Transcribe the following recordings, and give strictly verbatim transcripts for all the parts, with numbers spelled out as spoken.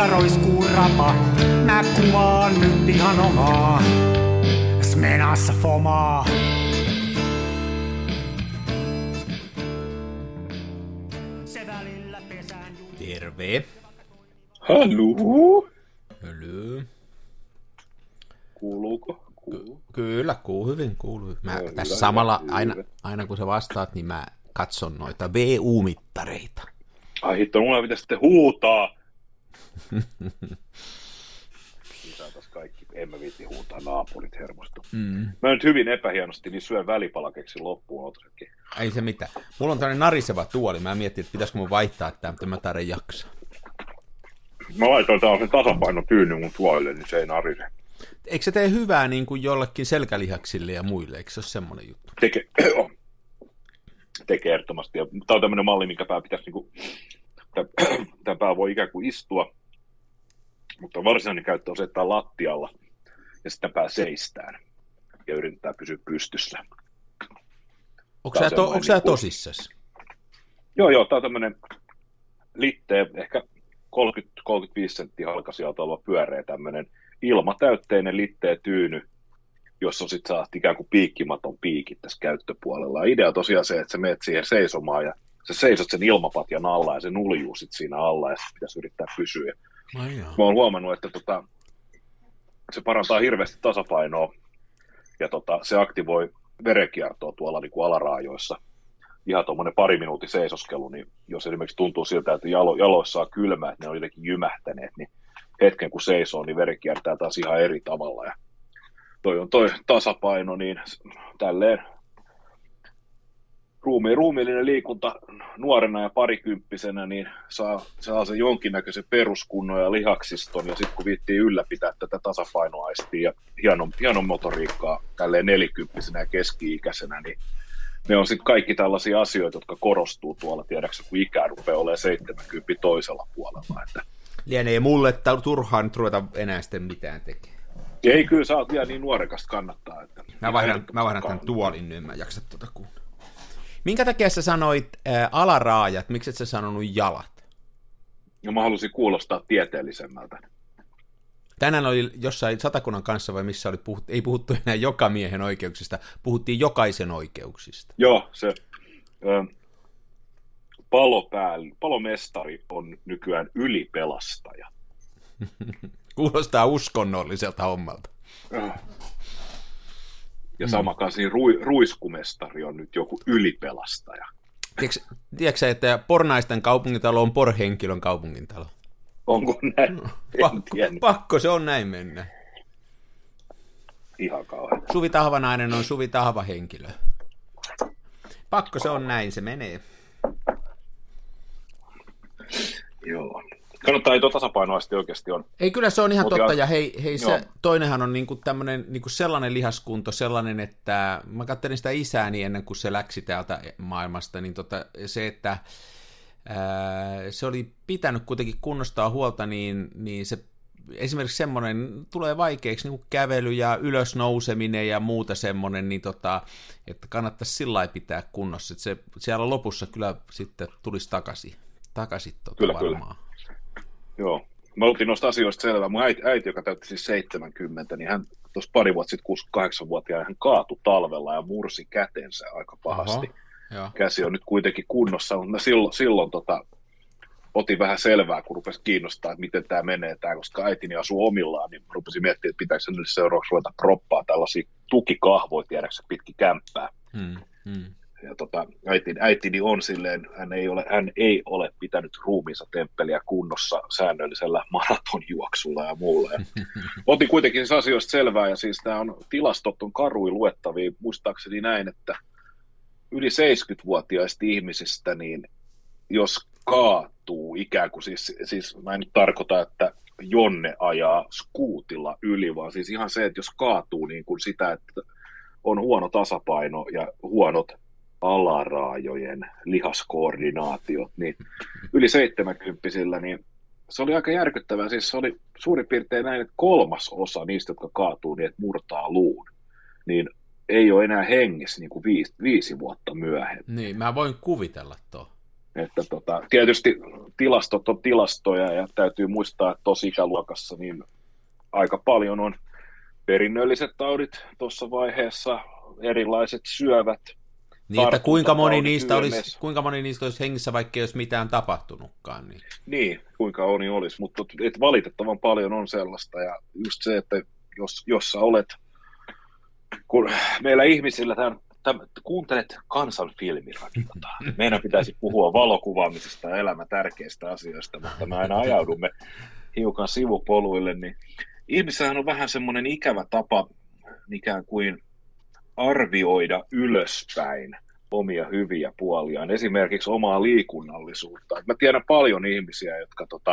Tuolla roiskuu rapa, mä kuvaan nyt ihan omaa Smenassa fomaa. Terve. Hallo. Hallo. Kuuluuko? Kuuluu. Ky- kyllä, kuuluu hyvin, kuuluu. Mä No, tässä hyvä, samalla, hyvä, aina, hyvä. aina kun sä vastaat, niin mä katson noita V U-mittareita. Ai hitto, mulla pitäisi sitten huutaa. Lisätäs kaikki, en mä viitti huutaa, naapurit hermostu. Mm. Mä nyt hyvin epähienosti, niin syön välipalakeksin loppuun otosetkin. Ei se mitään. Mulla on tämmöinen nariseva tuoli. Mä mietin, että pitäisikö mun vaihtaa tämä, mutta mä tarvitsen jaksaa. Mä laitoin tällaisen tasapainotyynyn mun tuolille, niin se ei narise. Eikö se tee hyvää niin kuin jollekin selkälihaksille ja muille? Eikö se ole semmoinen juttu? Tekee, tekee ehdottomasti. Tämä on tämmöinen malli, minkä pää pitäisi, niinku, tämän pää voi ikään kuin istua, mutta varsinainen käyttö on se, että on lattialla ja sitten pää seistään ja yritetään pysyä pystyssä. Onko Tää on sä, to, semmoinen onko sä niinku- tosissas? Joo, joo, tämä on tämmöinen litteä, ehkä kolmekymmentä kolmekymmentäviisi senttiä halkasijalta oleva pyöreä tämmöinen ilmatäytteinen litteä tyyny, jossa on sitten saat ikään kuin piikkimaton piikit tässä käyttöpuolella. Ja idea on tosiaan se, että sä menet siihen seisomaan ja sä seisot sen ilmapatjan alla ja se nuljuu sit siinä alla ja sit pitäisi yrittää pysyä. Ai jaa. Mä oon huomannut, että tota, se parantaa hirveästi tasapainoa ja tota, se aktivoi verenkiertoa tuolla niin kuin alaraajoissa. Ihan tuommoinen pari minuutin seisoskelu, niin jos esimerkiksi tuntuu siltä, että jalo, jaloissa on kylmä, että ne on jotenkin jymähtäneet, niin hetken kun seisoo, niin veri kiertää taas ihan eri tavalla. Ja toi on toi tasapaino, niin tälleen ruumi, ruumiillinen liikunta nuorena ja parikymppisenä, niin saa, saa sen jonkinnäköisen peruskunnon ja lihaksiston, ja sitten kun viittii ylläpitää tätä tasapainoaistia ja hienon, hienon motoriikkaa tälleen nelikymppisenä ja keski-ikäisenä, niin ne on sitten kaikki tällaisia asioita, jotka korostuu tuolla, tiedäksä, kun ikää rupeaa olemaan seitsemänkymmentä toisella puolella. Että Lienee mulle, että turhaan nyt ruveta enää sitten mitään tekemään. ei, kyllä sä oot vielä niin nuorekasta kannattaa. Että Mä vaihdan, mä vaihdan tämän tuolin nyt, en mä jaksa tuota kuunnella. Minkä takia sä sanoit ää, alaraajat, miksi et sä sanonut jalat? No mä halusin kuulostaa tieteellisemmältä. Tänään oli jossain Satakunnan kanssa, vai missä oli puhuttu, ei puhuttu enää joka miehen oikeuksista, puhuttiin jokaisen oikeuksista. Joo, se ö, palopääl, palomestari on nykyään ylipelastaja. Kuulostaa uskonnolliselta hommalta. Ja sama kanssa niin ru, ruiskumestari on nyt joku ylipelastaja. Tiedätkö, tiedätkö sä, että Pornaisten kaupungintalo on Porhenkilön kaupungintalo? Onko näin? Pakko, pakko se on näin mennä. Ihan kauhean. Suvi Tahvanainen on Suvi Tahva henkilö. Pakko se on näin, se menee. Joo. Kannattaa, ei tuo tasapainoasti oikeasti on. Ei, kyllä se on ihan Mut totta, ja- ja hei, hei se, Joo. toinenhan on niinku tämmönen, niinku sellainen lihaskunto, sellainen, että mä katselin sitä isääni ennen kuin se läksi täältä maailmasta, niin tota, se, että ää, se oli pitänyt kuitenkin kunnostaa huolta, niin, niin se esimerkiksi semmoinen tulee vaikeaksi niin kuin kävely ja ylösnouseminen ja muuta semmoinen, niin tota, että kannattaisi sillä lailla pitää kunnossa, että se siellä lopussa kyllä sitten tulisi takaisin, takaisin tota Kyllä, varmaan. kyllä. Joo. Mä otin noista asioista selvää. Mun äiti, äiti, joka täytti siis seitsemänkymmentä, niin hän tuossa pari vuotta sitten, kuusikymmentäkahdeksanvuotiaana, hän kaatui talvella ja mursi kätensä aika pahasti. Aha, joo. Käsi on nyt kuitenkin kunnossa, mutta mä silloin, silloin tota, otin vähän selvää, kun rupesi kiinnostaa, että miten tämä menee, tää, koska äitini asuu omillaan, niin rupesin miettimään, että pitääkö hänelle seuraavaksi ruveta proppaa tällaisia tukikahvoja, tiedäksä, pitkin kämppää. Hmm, hmm. Ja tota, äitini, äitini on silleen, hän ei, ole, hän ei ole pitänyt ruumiinsa temppeliä kunnossa säännöllisellä maratonjuoksulla ja muulla. Ja otin kuitenkin siis asioista selvää, ja siis tämä on, tilastot on karuin luettavia, muistaakseni näin, että yli seitsemänkymmentävuotiaista ihmisistä, niin jos kaatuu ikään kuin, siis, siis mä en nyt tarkoita, että Jonne ajaa skuutilla yli, vaan siis ihan se, että jos kaatuu niin kuin sitä, että on huono tasapaino ja huonot alaraajojen lihaskoordinaatiot, niin yli seitsemänkymmentäisillä, niin se oli aika järkyttävää. Siis se oli suurin piirtein näin, että kolmas osa niistä, jotka kaatuu niin, että murtaa luun, niin ei ole enää hengissä niin kuin viisi, viisi vuotta myöhemmin. Niin, mä voin kuvitella tuo. Että tota, tietysti tilastot on tilastoja ja täytyy muistaa, että tuossa ikäluokassa niin aika paljon on perinnölliset taudit tuossa vaiheessa, erilaiset syövät. Niin, että kuinka moni, niistä olisi, kuinka moni niistä olisi hengissä, vaikka ei olisi mitään tapahtunutkaan. Niin, niin kuinka moni olisi, mutta et valitettavan paljon on sellaista. Ja just se, että jos, jos sä olet, kun meillä ihmisillä tämän, tämän, kuuntelet kansanfilmirakiota. Meidän pitäisi puhua valokuvaamisesta ja elämän tärkeistä asioista, mutta me aina ajaudumme hiukan sivupoluille. Niin ihmissähän on vähän semmoinen ikävä tapa ikään kuin arvioida ylöspäin omia hyviä puoliaan, esimerkiksi omaa liikunnallisuutta. Mä tiedän paljon ihmisiä, jotka tota,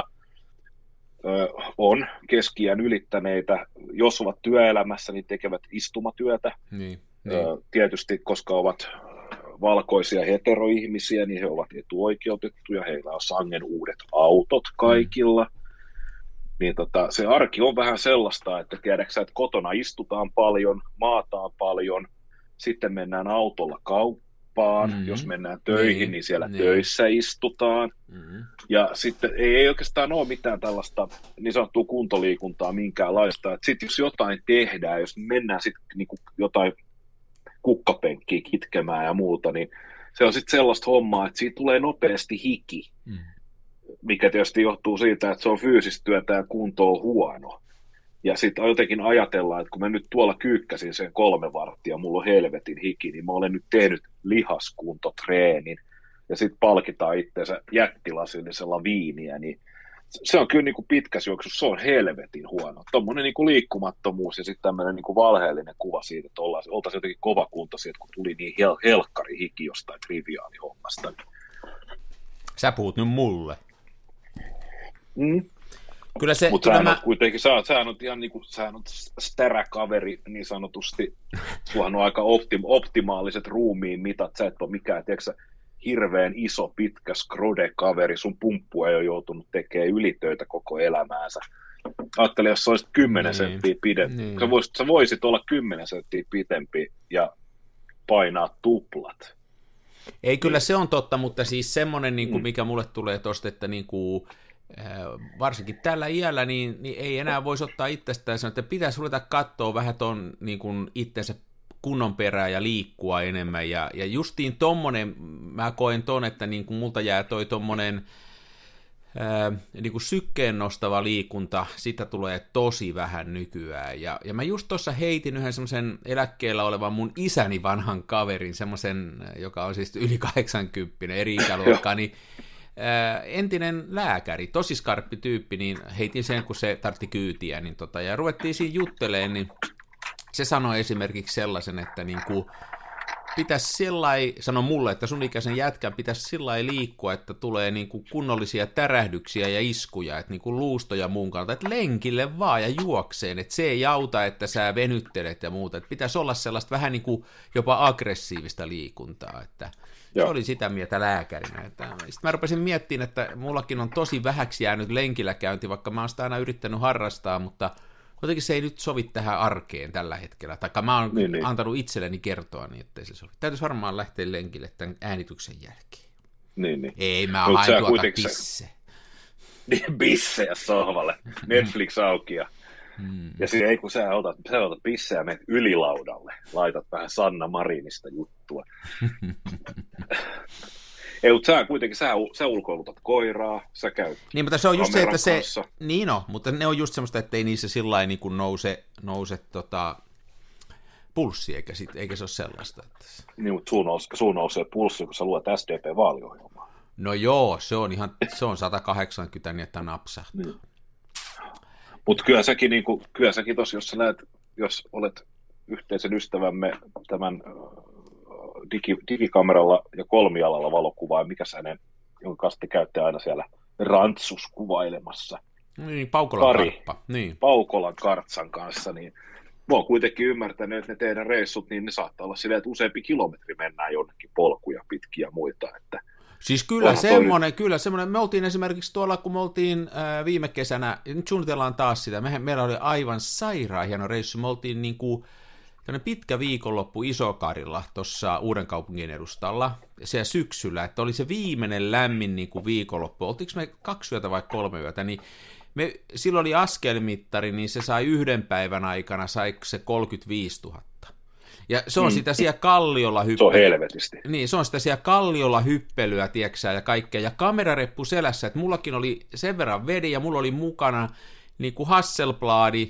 ö, on keskiään ylittäneitä, jos ovat työelämässä, niin tekevät istumatyötä. Niin, niin. Ö, tietysti, koska ovat valkoisia heteroihmisiä, niin he ovat etuoikeutettuja, heillä on sangen uudet autot kaikilla. Mm. Niin tota, se arki on vähän sellaista, että tiedätkö että kotona istutaan paljon, maataan paljon, sitten mennään autolla kauppaan, mm-hmm. jos mennään töihin, niin, niin siellä niin. töissä istutaan. Mm-hmm. Ja sitten ei, ei oikeastaan ole mitään tällaista niin sanottua kuntoliikuntaa minkäänlaista. Sitten jos jotain tehdään, jos mennään sitten niinku jotain kukkapenkkiä kitkemään ja muuta, niin se on sitten sellaista hommaa, että siitä tulee nopeasti hiki. Mm-hmm. Mikä tietysti johtuu siitä, että se on fyysistä työtä ja kunto on huono. Ja sitten jotenkin ajatellaan, että kun mä nyt tuolla kyykkäsin sen kolme varttia, mulla on helvetin hiki, niin mä olen nyt tehnyt lihaskuntotreenin ja sitten palkitaan itseensä jättilasillisella viiniä, niin se on kyllä niin kuin pitkässä juoksussa, se on helvetin huono. Tuommoinen niin kuin liikkumattomuus ja sitten tämmöinen niin kuin valheellinen kuva siitä, että oltaisiin jotenkin kovakuntoisia, että kun tuli niin hel- helkkari hiki jostain triviaalihommasta. Sä puhut nyt mulle. Mm. Kyllä se, mutta kyllä sä mä... oot kuitenkin, sä oot, sä oot ihan niin kuin, sä oot stäräkaveri niin sanotusti, sulla on aika optim, optimaaliset ruumiin mitat, sä et ole mikään, tiedätkö hirveän iso, pitkä skrode-kaveri, sun pumppu ei ole joutunut tekemään ylitöitä koko elämäänsä. Ajattelin, jos sä olisit kymmenen niin. senttiä pidempi, niin. sä, voisit, sä voisit olla kymmenen senttiä pidempi ja painaa tuplat. Ei, kyllä se on totta, mutta siis semmoinen, niin kuin, mikä mulle tulee tosta, että niin kuin, varsinkin tällä iällä, niin, niin ei enää voisi ottaa itsestään sanoa, että pitäisi ruveta katsoa vähän ton niin kuin itsensä kunnon perään ja liikkua enemmän, ja, ja justiin tommonen, mä koen ton, että niin kuin multa jää toi tommonen ää, niin kuin sykkeen nostava liikunta, sitä tulee tosi vähän nykyään, ja, ja mä just tuossa heitin yhden semmoisen eläkkeellä olevan mun isäni vanhan kaverin, semmoisen, joka on siis yli kahdeksankymmentä eri ikäluokkaa, niin entinen lääkäri, tosi skarppi tyyppi, niin heitin sen, kun se tartti kyytiä, niin tota, ja ruvettiin siinä jutteleen, niin se sanoi esimerkiksi sellaisen, että niin kuin pitäisi sillai, sano mulle, että sun ikäisen jätkän pitäisi sillai liikkua, että tulee niin kuin kunnollisia tärähdyksiä ja iskuja, että niin kuin luusto ja muun kannalta, että lenkille vaan ja juokseen, että se ei auta, että sä venyttelet ja muuta, että pitäisi olla sellaista vähän niin kuin jopa aggressiivista liikuntaa, että Joo. se oli sitä mieltä lääkärinä. Että sitten mä rupesin miettimään, että mullakin on tosi vähäksi jäänyt lenkillä käynti, vaikka mä oon sitä aina yrittänyt harrastaa, mutta jotenkin se ei nyt sovi tähän arkeen tällä hetkellä. Taikka mä oon niin, niin. antanut itselleni kertoa niin, ettei se sovi. Täytyisi varmaan lähteä lenkille tämän äänityksen jälkeen. Niin, niin. Ei, mä hain tuota pisse. Niin, bissejä sohvalle. Netflix auki ja Hmm. Ja siis ei kun sä otat, sä otat pisseä ja menet ylilaudalle, laitat vähän Sanna Marinista juttua. Ei, mutta sä kuitenkin, sä, sä ulkoilutat koiraa, sä käyt niin, mutta se on just se, että se, kanssa. Niin on, mutta ne on just semmoista, että ei niissä sillain niin kuin nouse, nouse tota, pulssi, eikä, sit, eikä se ole sellaista. Että... Niin, mutta sun nousee, sun nousee pulssi, kun sä luet S D P-vaaliohjelmaa. No joo, se on ihan, se on sata kahdeksankymmentä, niin että napsahtaa. Niin. Mutta kyllä säkin, niinku, kyllä säkin tos, jos sä näet, jos olet yhteisen ystävämme tämän digi, digikameralla ja kolmialalla valokuvaa, mikä sä hänen, jonka kanssa te käytte aina siellä rantsus kuvailemassa. Niin, Paukolan Pari, karppa. Niin. Paukolan kartsan kanssa, niin mä oon kuitenkin ymmärtänyt, että ne teidän reissut, niin ne saattaa olla silleen, että useampi kilometri mennään jonnekin polkuja pitkiä muita, että siis kyllä semmoinen, toi... kyllä semmoinen, me oltiin esimerkiksi tuolla, kun me oltiin äh, viime kesänä, nyt suunnitellaan taas sitä, me, meillä oli aivan sairaan hieno reissu, me oltiin niin kuin tämmöinen pitkä viikonloppu Isokarilla tuossa Uudenkaupungin edustalla, siellä syksyllä, että oli se viimeinen lämmin niin kuin viikonloppu, oltiinko me kaksi yötä vai kolme yötä, niin me, silloin oli askelmittari, niin se sai yhden päivän aikana, sai se kolmekymmentäviisituhatta. Ja se on mm. sitä siellä kalliolla hyppelyä. Se on helvetisti. Niin, se on sitä siellä kalliolla hyppelyä, tieksää, ja kaikkea. Ja kamerareppu selässä, että mullakin oli sen verran vedi, ja mulla oli mukana niin kuin Hasselbladi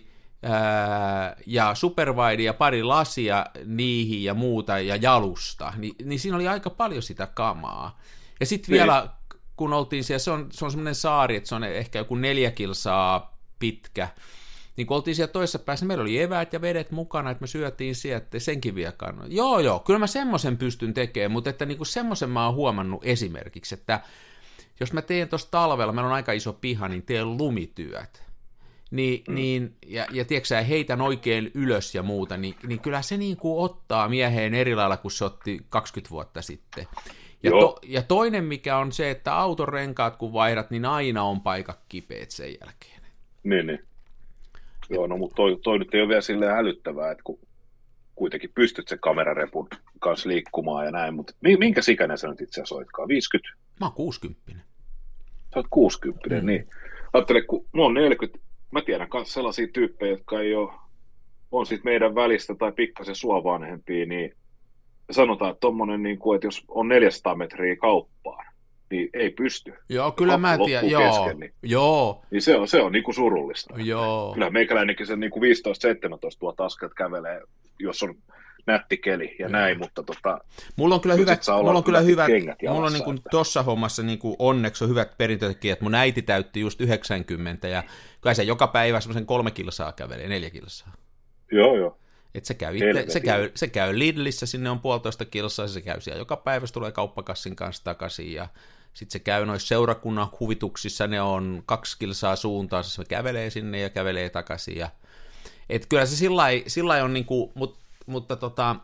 ää, ja Superwide ja pari lasia niihin ja muuta, ja jalusta. Ni, niin siinä oli aika paljon sitä kamaa. Ja sitten niin. vielä, kun oltiin siellä, se on, se on semmoinen saari, että se on ehkä joku neljä kilsaa pitkä, niin kun oltiin siellä toisessa päässä, meillä oli eväät ja vedet mukana, että me syötiin sieltä, että senkin vielä kannattaa. Joo, joo, kyllä mä semmoisen pystyn tekemään, mutta että niinku semmoisen mä oon huomannut esimerkiksi, että jos mä teen tuossa talvella, meillä on aika iso piha, niin teen lumityöt, niin, mm. niin, ja, ja tiedätkö sä, heitän oikein ylös ja muuta, niin, niin kyllä se niinku ottaa mieheen eri lailla kuin se otti kaksikymmentä vuotta sitten. Ja, to, ja toinen mikä on se, että auton renkaat kun vaihdat, niin aina on paikat kipeät sen jälkeen. Niin, niin. Joo, no mutta toi, toi nyt ei ole vielä silleen hälyttävää, että kun kuitenkin pystyt sen kamerarepun kanssa liikkumaan ja näin, mutta minkä ikäinen sä nyt itse asiassa oletkaan? viisikymmentä? Mä oon kuusikymmentä. Sä oot kuusikymmentä, mm. niin. Ajattele, kun mä oon neljäkymmentä, mä tiedän myös sellaisia tyyppejä, jotka ei ole, on sit meidän välistä tai pikkasen sua vanhempia, niin sanotaan, että tommonen, niin kuin, että jos on neljäsataa metriä kauppaan, niin ei pysty. Joo, kyllä mä tiedän, joo, kesken, niin, joo. Niin se on, se on niin kuin surullista. Joo. Kyllä meikäläinenkin sen niin kuin viisitoista seitsemäntoista tuolta askelta kävelee, jos on nätti keli ja näin, mutta tota... Mulla on kyllä hyvät, mulla on kyllä hyvät, jalassa, mulla on niin kuin tossa hommassa niin kuin onneksi on hyvät perintötekijät. Mun äiti täytti just yhdeksänkymmentä ja kyllä se joka päivä semmoisen kolme kilsaa kävelee, neljä kilsaa. Joo, joo. Et se, käy itse, se, käy, se käy Lidlissä, sinne on puolitoista kilsaa, se käy siellä joka päivä, se tulee kauppakassin kanssa takaisin, ja sitten se käy noissa seurakunnan huvituksissa, ne on kaksi kilsaa suuntaan, se kävelee sinne ja kävelee takaisin, ja et kyllä se sillä on niinku, mut, mutta tota,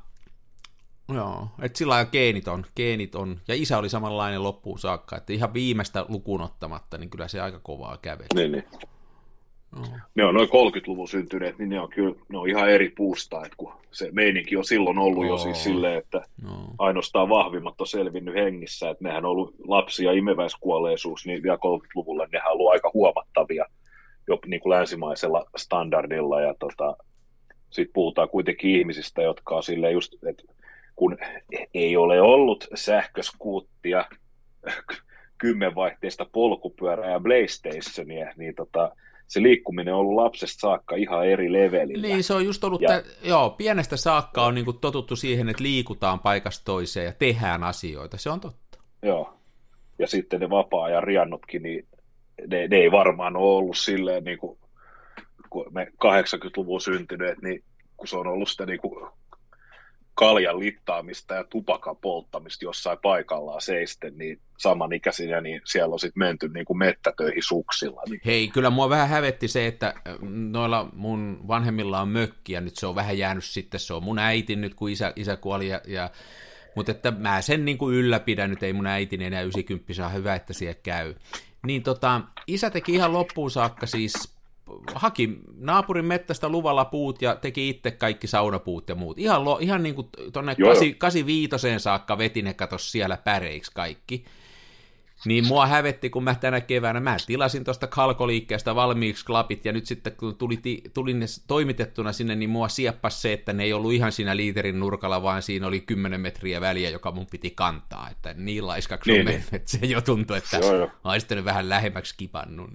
joo, että sillä lailla geenit on, geenit on, ja isä oli samanlainen loppuun saakka, että ihan viimeistä lukuun ottamatta, niin kyllä se aika kovaa käveli. Niin, niin. No. Ne on noin kolmekymmentäluvun syntyneet, niin ne on kyllä ne on ihan eri puusta, että kun se meininki on silloin ollut oh. jo siis silleen, että no. ainoastaan vahvimmat on selvinnyt hengissä, että nehän on ollut lapsi- ja imeväiskuolleisuus, niin vielä kolmekymmentäluvulla nehän on ollut aika huomattavia jo niin kuin länsimaisella standardilla, ja tota, sitten puhutaan kuitenkin ihmisistä, jotka on silleen just, että kun ei ole ollut sähköskuuttia, kymmenvaihteista polkupyörää ja PlayStationia, niin tota, se liikkuminen on ollut lapsesta saakka ihan eri levelillä. Niin, se on just ollut, ja, että, joo, pienestä saakka on niin kuin totuttu siihen, että liikutaan paikasta toiseen ja tehdään asioita, se on totta. Joo, ja sitten ne vapaa-ajan riannotkin, niin ne, ne ei varmaan ole ollut silleen, niin kuin, kun me kahdeksankymmentäluvun syntyneet, niin kun se on ollut sitä niin kuin kaljan littaamista ja tupakan polttamista jossain paikallaan seisten, niin samanikäisinä, niin siellä on sitten menty niin kuin mettätöihin suksilla. Niin. Hei, kyllä mua vähän hävetti se, että noilla mun vanhemmilla on mökki, ja nyt se on vähän jäänyt sitten, se on mun äiti nyt, kun isä, isä kuoli, ja, ja, mutta että mä sen niin kuin ylläpidän, nyt ei mun äitini enää yhdeksänkymmentä saa, hyvä, että siellä käy. Niin tota, isä teki ihan loppuun saakka siis, haki naapurin mettästä luvalla puut ja teki itse kaikki saunapuut ja muut. Ihan, lo, ihan niin kuin tuonne kahdeksankymmentäviisi saakka veti ne katos siellä päreiksi kaikki. Niin mua hävetti, kun mä tänä keväänä, mä tilasin tuosta Kalkoliikkeestä valmiiksi klapit, ja nyt sitten kun tuli, tuli ne toimitettuna sinne, niin mua sieppasi se, että ne ei ollut ihan siinä liiterin nurkalla, vaan siinä oli kymmenen metriä väliä, joka mun piti kantaa, että niin laiskaksi niin, on mennyt, että se jo tuntui, että olen sitten vähän lähemmäksi kipannut.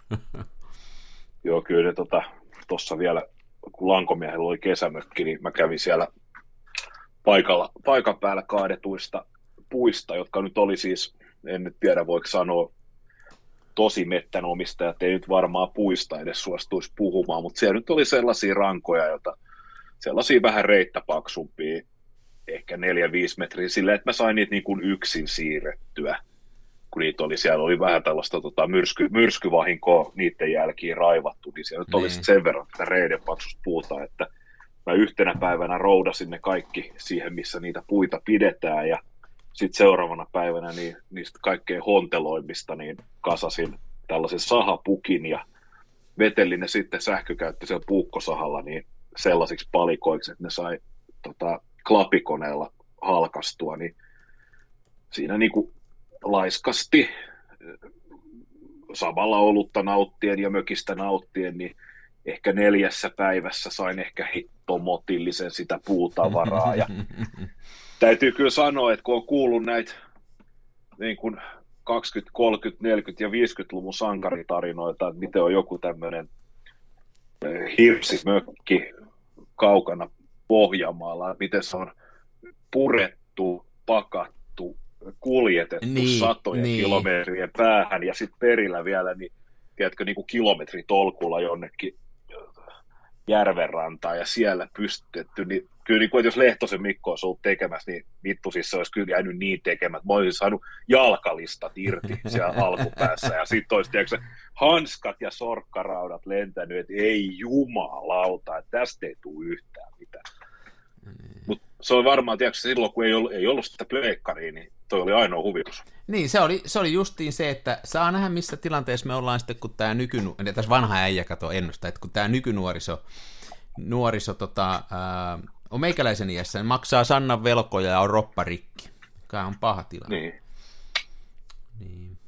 Joo, kyllä tuossa tota, vielä, kun Lankomiehellä oli kesämökki, niin mä kävin siellä paikalla, paikan päällä kaadetuista puista, jotka nyt oli siis, en nyt tiedä voiko sanoa, tosi mettänomistajat ei nyt varmaan puista edes suostuisi puhumaan, mutta siellä nyt oli sellaisia rankoja, joita, sellaisia vähän reittäpaksumpia, ehkä neljä viisi metriä, silleen, että mä sain niitä niin kuin yksin siirrettyä. Kun niitä oli, siellä oli vähän tällaista tota, myrsky, myrskyvahinkoa niiden jälkiin raivattu, niin siellä nyt oli niin. sen verran tätä reidenpaksusta puuta, että mä yhtenä päivänä roudasin ne kaikki siihen, missä niitä puita pidetään, ja sitten seuraavana päivänä niin, niistä kaikkein honteloimmista niin kasasin tällaisen sahapukin, ja vetelin ne sitten sähkökäyttöisellä puukkosahalla niin sellaisiksi palikoiksi, että ne sai tota, klapikoneella halkastua, niin siinä niin kuin laiskasti samalla olutta nauttien ja mökistä nauttien, niin ehkä neljässä päivässä sain ehkä hittomotillisen sitä puutavaraa. Ja täytyy kyllä sanoa, että kun on kuullut näitä niin kuin kaksikymmentä-, kolmekymmentä-, neljäkymmentä- ja viisikymmentäluvun sankaritarinoita, että miten on joku tämmöinen hirsimökki kaukana Pohjanmaalla, että miten se on purettu, pakattu, kuljetettu niin, satojen niin. kilometrien päähän ja sitten perillä vielä, niin tiedätkö, niin kuin kilometritolkulla jonnekin järvenrantaan ja siellä pystytetty, niin kyllä niin kuin, että jos Lehtosen Mikko olisi ollut tekemässä, niin vittu siis se olisi kyllä jäänyt niin tekemät. Mä olisin saanut jalkalistat irti siellä alkupäässä ja sitten olisi tiedätkö, hanskat ja sorkkaraudat lentänyt, että ei jumalauta, että tästä ei tule yhtään mitään. Mm. Mutta se on varmaan, tiedätkö, silloin kun ei ollut, ei ollut sitä pleikkaria, niin toi oli ainoa huvitus. Niin, se oli, se oli justiin se, että saa nähdä missä tilanteessa me ollaan sitten, kun tämä nykynuoriso, tässä vanha äijä kato ennusta, että kun tämä nykynuoriso nuoriso, tota, ää, on meikäläisen iässä, niin maksaa Sannan velkoja ja on ropparikki. Tämä on paha tilanne. Niin. Niin.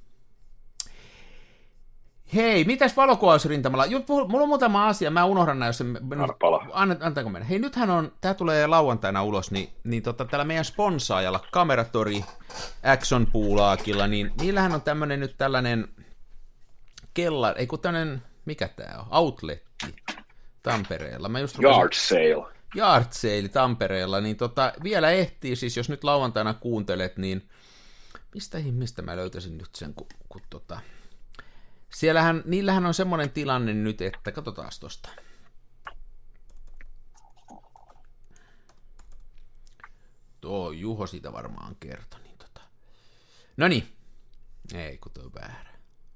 Hei, mitäs valokuvausrintamalla? Mulla on muutama asia, mä unohdan näin, jos en... Antaako mennä? Hei, nythän on, tää tulee lauantaina ulos, niin, niin tota, täällä meidän sponsaajalla, Kameratori, Action Poolaakilla, niin niillähän on tämmönen nyt tällainen kellar, ei kun tämmönen, mikä tää on, outletti Tampereella. Mä just rupesin, Yard sale. Yard sale Tampereella, niin tota, vielä ehtii, siis jos nyt lauantaina kuuntelet, niin mistä ihmistä mä löytäisin nyt sen, kun, kun tota... Siellähän, niillähän on semmoinen tilanne nyt, että katsotaan tuosta. Tuo Juho siitä varmaan kertoi. Niin tota. No niin, ei kun tuo väärä.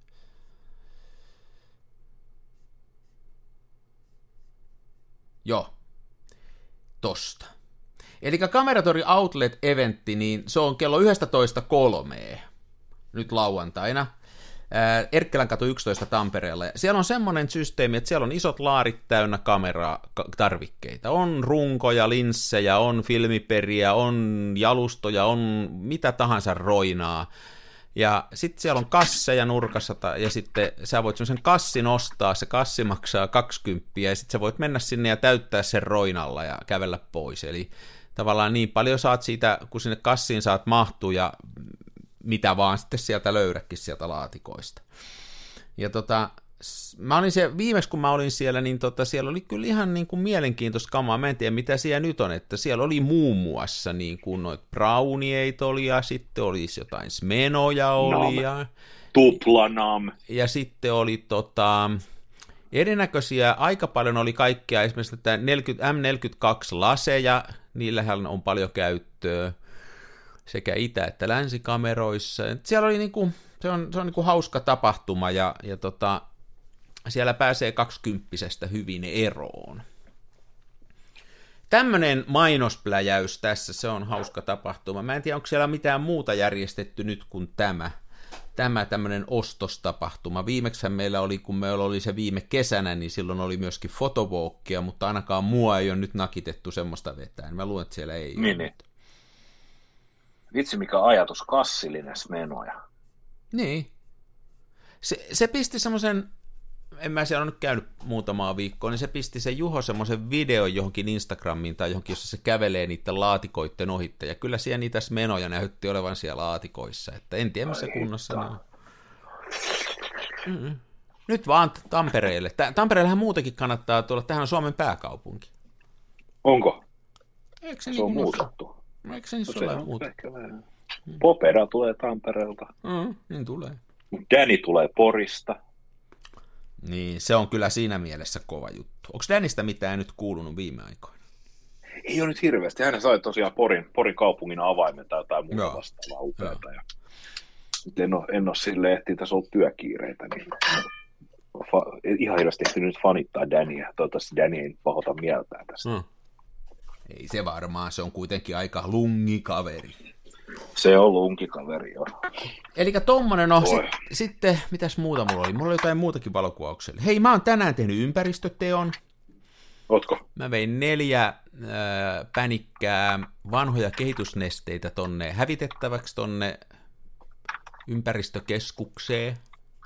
Joo, tosta. Eli Kameratori Outlet-eventti, niin se on kello yksitoista kolmeen nyt lauantaina. Erkkelänkatu yksitoista Tampereella. Siellä on semmoinen systeemi, että siellä on isot laarit täynnä kameratarvikkeita. On runkoja, linssejä, on filmiperiä, on jalustoja, on mitä tahansa roinaa. Ja sitten siellä on kasseja nurkassa, ja sitten sä voit semmoisen kassin ostaa, se kassi maksaa kaksikymmentä, ja sitten sä voit mennä sinne ja täyttää sen roinalla ja kävellä pois. Eli tavallaan niin paljon saat siitä, kun sinne kassiin saat mahtua, ja mitä vaan sitten sieltä löydäkin sieltä laatikoista. Ja tota, mä olin siellä, viimeksi kun mä olin siellä, niin tota, siellä oli kyllä ihan niin kuin mielenkiintoista kamaa. Mä en tiedä, mitä siellä nyt on, että siellä oli muun muassa niin kuin noit brownieita oli, ja sitten olisi jotain smenoja oli, ja, Tuplanam. Ja sitten oli tota, erinäköisiä, aika paljon oli kaikkea, esimerkiksi että M neljäkymmentäkaksi laseja, niillähän on paljon käyttöä, sekä itä- että länsikameroissa. Siellä oli niinku, se on, se on niinku hauska tapahtuma, ja, ja tota, siellä pääsee kaksikymppisestä hyvin eroon. Tämmöinen mainospläjäys tässä, se on hauska tapahtuma. Mä en tiedä, onko siellä mitään muuta järjestetty nyt kuin tämä, tämä tämmöinen ostostapahtuma. Viimeksi meillä oli, kun meillä oli se viime kesänä, niin silloin oli myöskin fotovookkia, mutta ainakaan mua ei ole nyt nakitettu semmoista vetään. Mä luulen, että siellä ei niin, ole. Vitsi, mikä ajatus, kassillinen smenoja. Niin. Se, se pisti semmoisen, en mä siellä ole nyt käynyt muutamaa viikkoa, niin se pisti se Juho semmoisen videon johonkin Instagramiin tai johonkin, jossa se kävelee niiden laatikoiden ohitte. Ja kyllä siellä niitä smenoja näytti olevan siellä laatikoissa. Että en tiedä, missä kunnossa ne on. Mm-mm. Nyt vaan Tampereelle. Tampereellähän muutenkin kannattaa tulla. Tähän on Suomen pääkaupunki. Onko? Eikö se, se niin on muutettu? Eikö se niissä ole muutettu? Popera tulee Tampereelta. Mm, niin tulee. Danny tulee Porista. Niin, se on kyllä siinä mielessä kova juttu. Onko Dannystä mitään nyt kuulunut viime aikoina? Ei ole nyt hirveästi. Hän sai tosiaan Porin, Porin kaupungin avaimen tai jotain muuta vastaavaa upeata. Ja en ole, en ole silleen, että tässä on ollut työkiireitä, niin fa- ihan hirveästi ehtinyt nyt fanittaa Dannyä. Toivottavasti Danny ei pahota mieltään tästä. Mm. Ei se varmaan, se on kuitenkin aika lungikaveri. Se on lunkikaveri, joo. Elikkä tommonen, no sit, sitten, mitäs muuta mulla oli? Mulla oli jotain muutakin valokuvaukselle. Hei, mä oon tänään tehnyt ympäristöteon. Ootko? Mä vein neljä äh, pänikkää vanhoja kehitysnesteitä tonne hävitettäväksi tonne ympäristökeskukseen.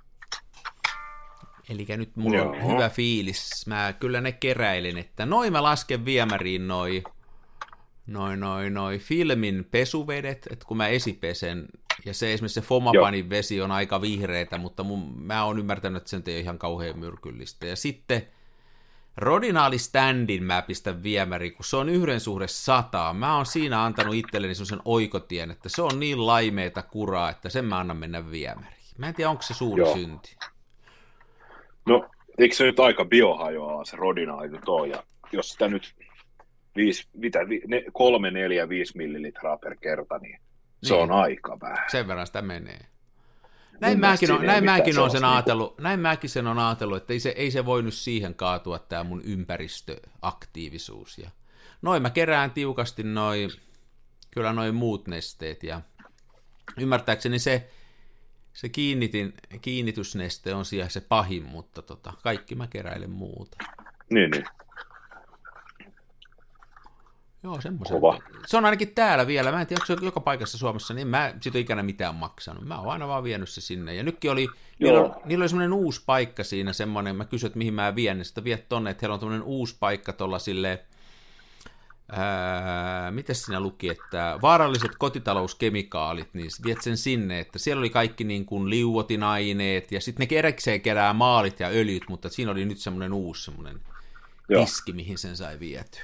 Eli nyt mulla on Joo. hyvä fiilis. Mä kyllä ne keräilin, että noin mä lasken viemäriin noi, noi, noi, noi filmin pesuvedet, että kun mä esipesen, ja se esimerkiksi se Fomapanin vesi on aika vihreätä, mutta mun, mä oon ymmärtänyt, että se ei ole ihan kauhean myrkyllistä. Ja sitten rodinaaliständin mä pistän viemäriin, kun se on yhden suhde sataan. Mä oon siinä antanut itselleni semmoisen oikotien, että se on niin laimeeta kuraa, että sen mä annan mennä viemäriin. Mä en tiedä, onko se suuri Joo. synti. No, eikö se nyt aika biohajoaa se rodinaali nyt on, ja jos sitä nyt viisi, mitä, vi, ne, kolme, neljä, viisi millilitraa per kerta, niin se Niin. on aika vähän. Sen verran sitä menee. Näin mielestä mäkin, on, siinä ei näin mitään mäkin on sen sellaista ajatellut, näin mäkin sen on ajatellut, että ei se, ei se voi nyt siihen kaatua tämä mun ympäristöaktiivisuus. Ja noin mä kerään tiukasti noi, kyllä noi muut nesteet, ja ymmärtääkseni se, se kiinnitin, kiinnitysneste on siellä se pahin, mutta tota, kaikki mä keräilen muuta. Niin, niin. Joo, semmoisen. Kova. Se on ainakin täällä vielä. Mä en tiedä, onko se joka paikassa Suomessa, niin mä siitä ole ikänä mitään maksanut. Mä oon aina vaan vienyt se sinne. Ja nytkin oli, niillä, oli, niillä oli semmoinen uusi paikka siinä, semmoinen, mä kysyin, että mihin mä vien, niin sitten viet tonne, että heillä on semmoinen uusi paikka tuolla silleen, ää, mitäs siinä luki, että vaaralliset kotitalouskemikaalit, niin viet sen sinne, että siellä oli kaikki niin kuin liuotinaineet, ja sitten ne erikseen kerää maalit ja öljyt, mutta siinä oli nyt semmoinen uusi semmoinen Joo. tiski, mihin sen sai vietyä.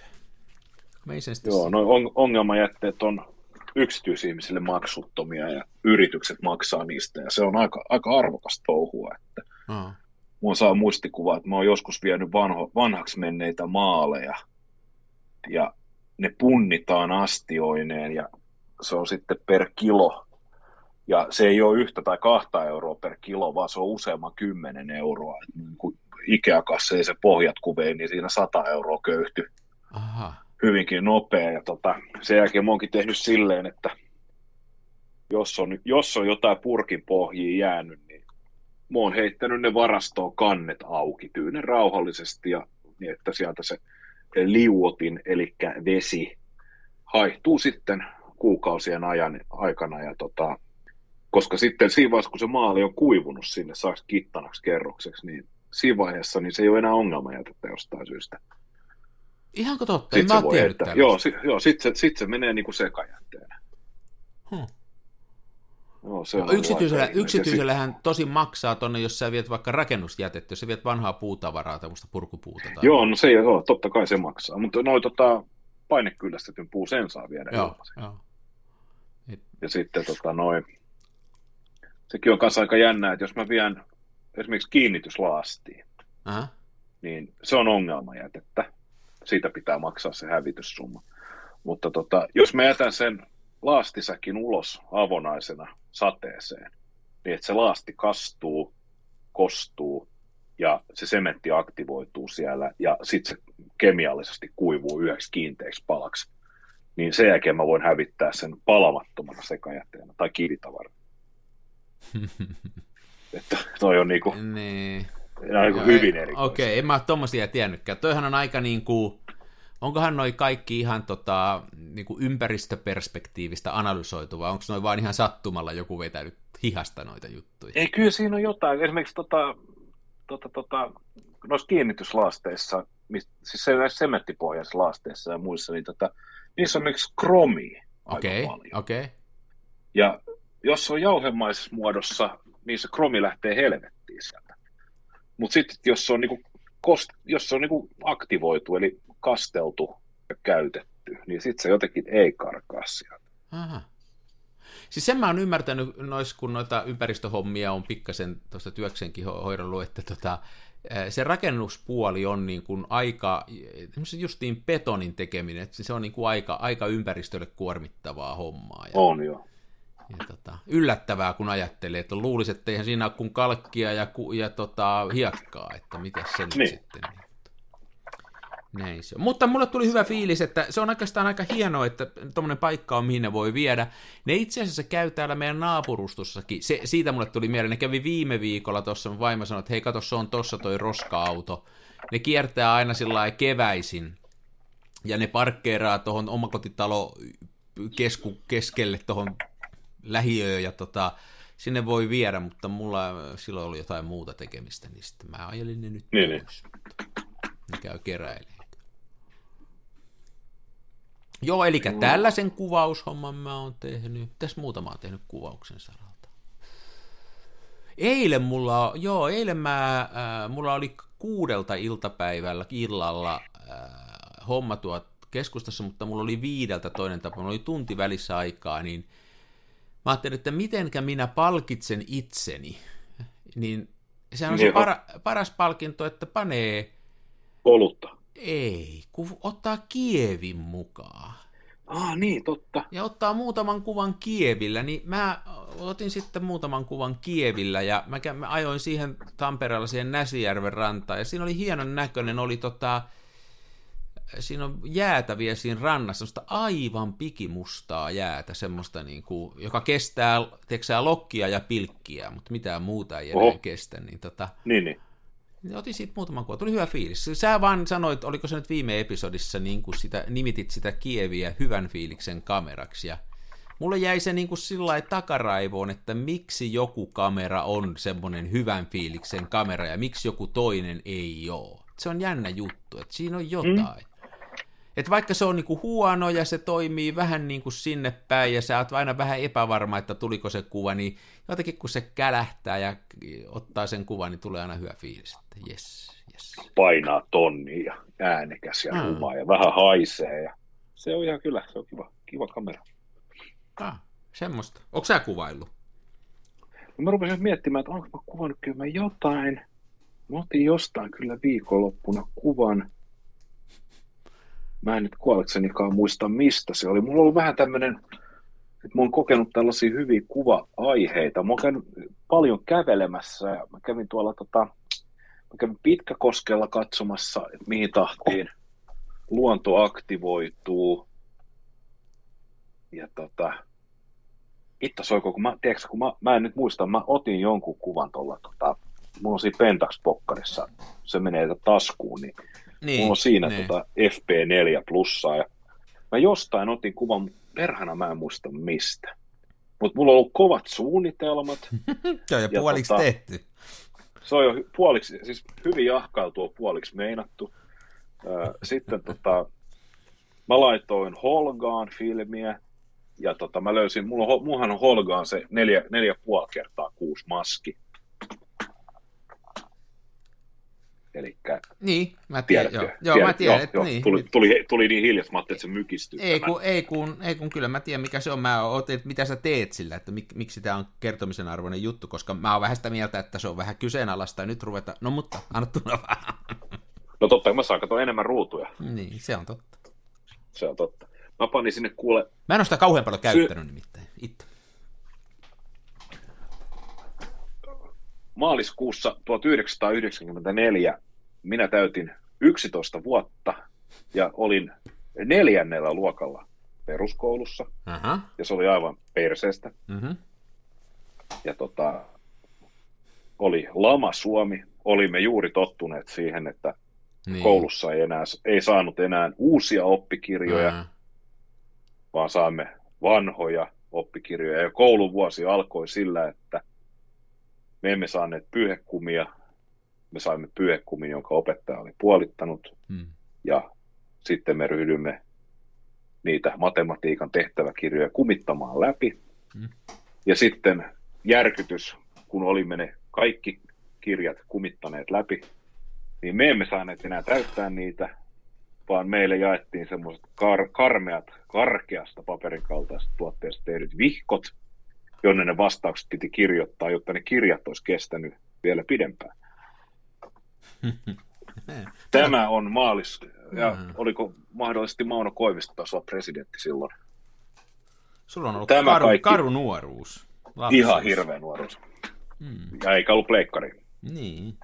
Joo, no on, ongelmajätteet on yksityisihmisille maksuttomia ja yritykset maksaa niistä ja se on aika, aika arvokasta touhua. Että Oh. mulla saa muistikuva, että mä oon joskus vienyt vanho, vanhaksi menneitä maaleja ja ne punnitaan astioineen ja se on sitten per kilo. Ja se ei ole yhtä tai kahta euroa per kilo, vaan se on useamman kymmenen euroa. Et niin kun Ikea-kassa ei se pohjat kuveen, niin siinä sata euroa köyhty. Aha. Hyvinkin nopea, ja tota, sen jälkeen mä oonkin tehnyt silleen, että jos on, jos on jotain purkin pohjiin jäänyt, niin mä oon heittänyt ne varastoon kannet auki tyynen rauhallisesti, ja niin, että sieltä se liuotin, eli vesi, haihtuu sitten kuukausien ajan aikana, ja tota, koska sitten siinä vaiheessa, kun se maali on kuivunut sinne saaks kittanaksi kerrokseksi, niin siinä vaiheessa niin se ei ole enää ongelmajätettä jostain syystä. Ihanko totta? En Sitten mä se oon voi tiennyt heittää. tällaista. Joo, si, joo sitten se, sit se menee niin kuin sekajätteenä. Hmm. Joo, se No, on yksityisellä, aika- yksityisellähän tosi maksaa tonne, jos sä viet vaikka rakennusjätettä, jos sä viet vanhaa puutavaraa, tämmöistä purkupuuta. Tai... Joo, no se ei ole, totta kai se maksaa, mutta noin tota, painekyllästetyn puu sen saa viedä joo, ilmaiseksi. joo. Ja sitten tota, noin, sekin on kanssa aika jännää, että jos mä vien esimerkiksi kiinnityslaastiin, Aha. niin se on ongelmajätettä. Siitä pitää maksaa se hävityssumma. Mutta tota, jos mä jätän sen laastisäkin ulos avonaisena sateeseen, niin että se laasti kastuu, kostuu ja se sementti aktivoituu siellä ja sitten se kemiallisesti kuivuu yhdeksi kiinteäksi palaksi, niin sen jälkeen mä voin hävittää sen palamattomana sekajätteenä tai kivitavarana. Että toi on niinku, niin. niinku Joo, hyvin ei- erikoista. Okei, okay, en mä ole tommosia tiennytkään. Toihan on aika niinku, onkohan noi kaikki ihan tota, niinku ympäristöperspektiivistä analysoitu, vai onko noi vaan ihan sattumalla joku vetänyt hihasta noita juttuja? Ei, kyllä siinä on jotain. Esimerkiksi tota, tota, tota, noissa kiinnityslaasteissa, mis- siis se- näissä sementtipohjaisissa laasteissa ja muissa, niin tota, niissä on esimerkiksi kromia aika Okei, paljon. okei. Okay. Ja jos se on jauhemaisessa muodossa, niin se kromi lähtee helvettiin sieltä. Mutta sitten jos se on, niinku, kost, jos se on niinku aktivoitu, eli kasteltu ja käytetty, niin sitten se jotenkin ei karkaa sieltä. Aha. Siis sen mä oon ymmärtänyt nois, kun noita ympäristöhommia on pikkasen tuosta työkseenkin ho- hoidellut, että tota, se rakennuspuoli on niin kuin aika, justiin betonin tekeminen, että se on niin kuin aika, aika ympäristölle kuormittavaa hommaa. Ja, On joo. ja tota, yllättävää, kun ajattelee, että luulisi, että eihän siinä ole kuin kalkkia ja, ku, ja tota, hiekkaa, että mitä se nyt Niin. sitten. Näin se on. Mutta mulle tuli hyvä fiilis, että se on oikeastaan aika hienoa, että tuommoinen paikka on, mihin ne voi viedä. Ne itse asiassa käy täällä meidän naapurustossakin. Se, siitä mulle tuli mieleen, ne kävi viime viikolla tuossa, mun vaimo sanoi, että hei kato, se on tuossa toi roska-auto. ne kiertää aina sillä lailla keväisin, ja ne parkkeeraa tuohon omakotitalo kesku, keskelle tuohon lähiöön, ja tota, sinne voi viedä, mutta mulla silloin oli jotain muuta tekemistä, niin sitten mä ajelin ne nyt niin, pois. Ne käy keräilemään. Joo, eli mm. tällaisen kuvaushomman mä oon tehnyt. Tässä muutama oon tehnyt kuvauksen saralta. Eilen mulla, joo, eilen mä, äh, mulla oli kuudelta iltapäivällä, illalla äh, homma tuot keskustassa, mutta mulla oli viideltä toinen tapa, mulla oli tunti välissä aikaa, niin mä ajattelin, että mitenkä minä palkitsen itseni. Niin sehän on se para, paras palkinto, että panee... Olutta. Ei, kun ottaa Kievin mukaan. Ah, niin, totta. Ja ottaa muutaman kuvan Kievillä, niin mä otin sitten muutaman kuvan Kievillä, ja mä, mä ajoin siihen Tampereella siihen Näsijärven rantaan, ja siinä oli hienon näköinen, oli tota, siinä on jäätä vielä siinä rannassa, semmoista aivan pikimustaa jäätä, semmoista niinku, joka kestää, tiedätkö, lokkia ja pilkkiä, mutta mitään muuta ei enää kestä, niin tota... Niin, niin. Otin siitä muutaman kuvan, tuli hyvä fiilis. Sä vaan sanoit, oliko se nyt viime episodissa, niin kuin sitä, nimitit sitä Kieviä hyvän fiiliksen kameraksi, ja mulle jäi se niin kuin sillä lailla takaraivoon, että miksi joku kamera on semmoinen hyvän fiiliksen kamera, ja miksi joku toinen ei ole. Se on jännä juttu, että siinä on jotain. Mm. Että vaikka se on niinku huono ja se toimii vähän niin kuin sinne päin ja sä oot aina vähän epävarma, että tuliko se kuva, niin jotenkin kun se kälähtää ja ottaa sen kuvan, niin tulee aina hyvä fiilis, että jes, jes. Painaa tonni ja äänekäs ja rumaa mm. ja vähän haisee ja se on ihan kyllä, se on kiva, kiva kamera. Ah, semmoista. Onko sä kuvaillut? No mä rupesin miettimään, että onko mä kuvannut kyllä mä jotain. Mä otin jostain kyllä viikonloppuna kuvan. Mä en nyt kuolleksenikaan muista mistä se oli. Mulla on ollut vähän tämmönen, että mä oon kokenut tällaisia hyviä kuva-aiheita. Mä oon käynyt paljon kävelemässä ja mä kävin tuolla tota, mä kävin Pitkäkoskella katsomassa, että mihin tahtiin luonto aktivoituu. Ja tota, itse soiko, kun mä, tiedätkö, kun mä, mä en nyt muista, mä otin jonkun kuvan tuolla, tota, mulla on siinä Pentax-pokkarissa, se menee taskuun, niin Niin, mulla on siinä niin. tota F P neljä plussaa ja mä jostain otin kuvan, mutta perhana mä en muista mistä. Mutta mulla on ollut kovat suunnitelmat. Se on jo puoliksi tota, tehty. Se on jo puoliksi, siis hyvin jahkailtua puoliksi meinattu. Sitten tota, mä laitoin Holgaan filmiä ja tota, mä löysin, mulla on, mullahan on Holgaan se neljä, neljä puoli kertaa kuusi maski. Elikkä, niin, mä tiedän, joo, joo, mä tiedän, joo, että joo, niin. Tuli, tuli, tuli niin hiljaa, mä ajattelin, että se mykistyy. Ei kun, ei, kun, ei kun kyllä mä tiedän, mikä se on. Mä otin, että mitä sä teet sillä, että mik, miksi tämä on kertomisen arvoinen juttu, koska mä oon vähän sitä mieltä, että se on vähän kyseenalaista ja nyt ruveta, no mutta, anna tulla vähän. No totta, kun mä saan katsoa enemmän ruutuja. Niin, se on totta. Se on totta. Mä panin sinne kuule... Mä en ole sitä kauhean paljon käyttänyt Sy- nimittäin, itse. Maaliskuussa tuhatyhdeksänsataayhdeksänkymmentäneljä minä täytin yksitoista vuotta ja olin neljännellä luokalla peruskoulussa. Uh-huh. Ja se oli aivan perseestä. Uh-huh. Ja tota, oli lama Suomi. Olimme juuri tottuneet siihen, että niin. koulussa ei, enää, ei saanut enää uusia oppikirjoja, uh-huh. vaan saamme vanhoja oppikirjoja. Ja kouluvuosi alkoi sillä, että me emme saaneet pyyhekumia, me saimme pyyhekumin, jonka opettaja oli puolittanut, hmm. ja sitten me ryhdymme niitä matematiikan tehtäväkirjoja kumittamaan läpi. Hmm. Ja sitten järkytys, kun olimme ne kaikki kirjat kumittaneet läpi, niin me emme saaneet enää täyttää niitä, vaan meille jaettiin semmoiset kar- karmeat, karkeasta paperin kaltaisesta tuotteesta tehdyt vihkot, jonne ne vastaukset piti kirjoittaa, jotta ne kirjat olisi kestänyt vielä pidempään. Tämä on maalis... Ja oliko mahdollisesti Mauno Koivisto taas olla presidentti silloin? Sulla on ollut karu, kaikki... karu nuoruus. Lapsuus. Ihan hirveä nuoruus. Hmm. Ja eikä ollut pleikkari. Niin.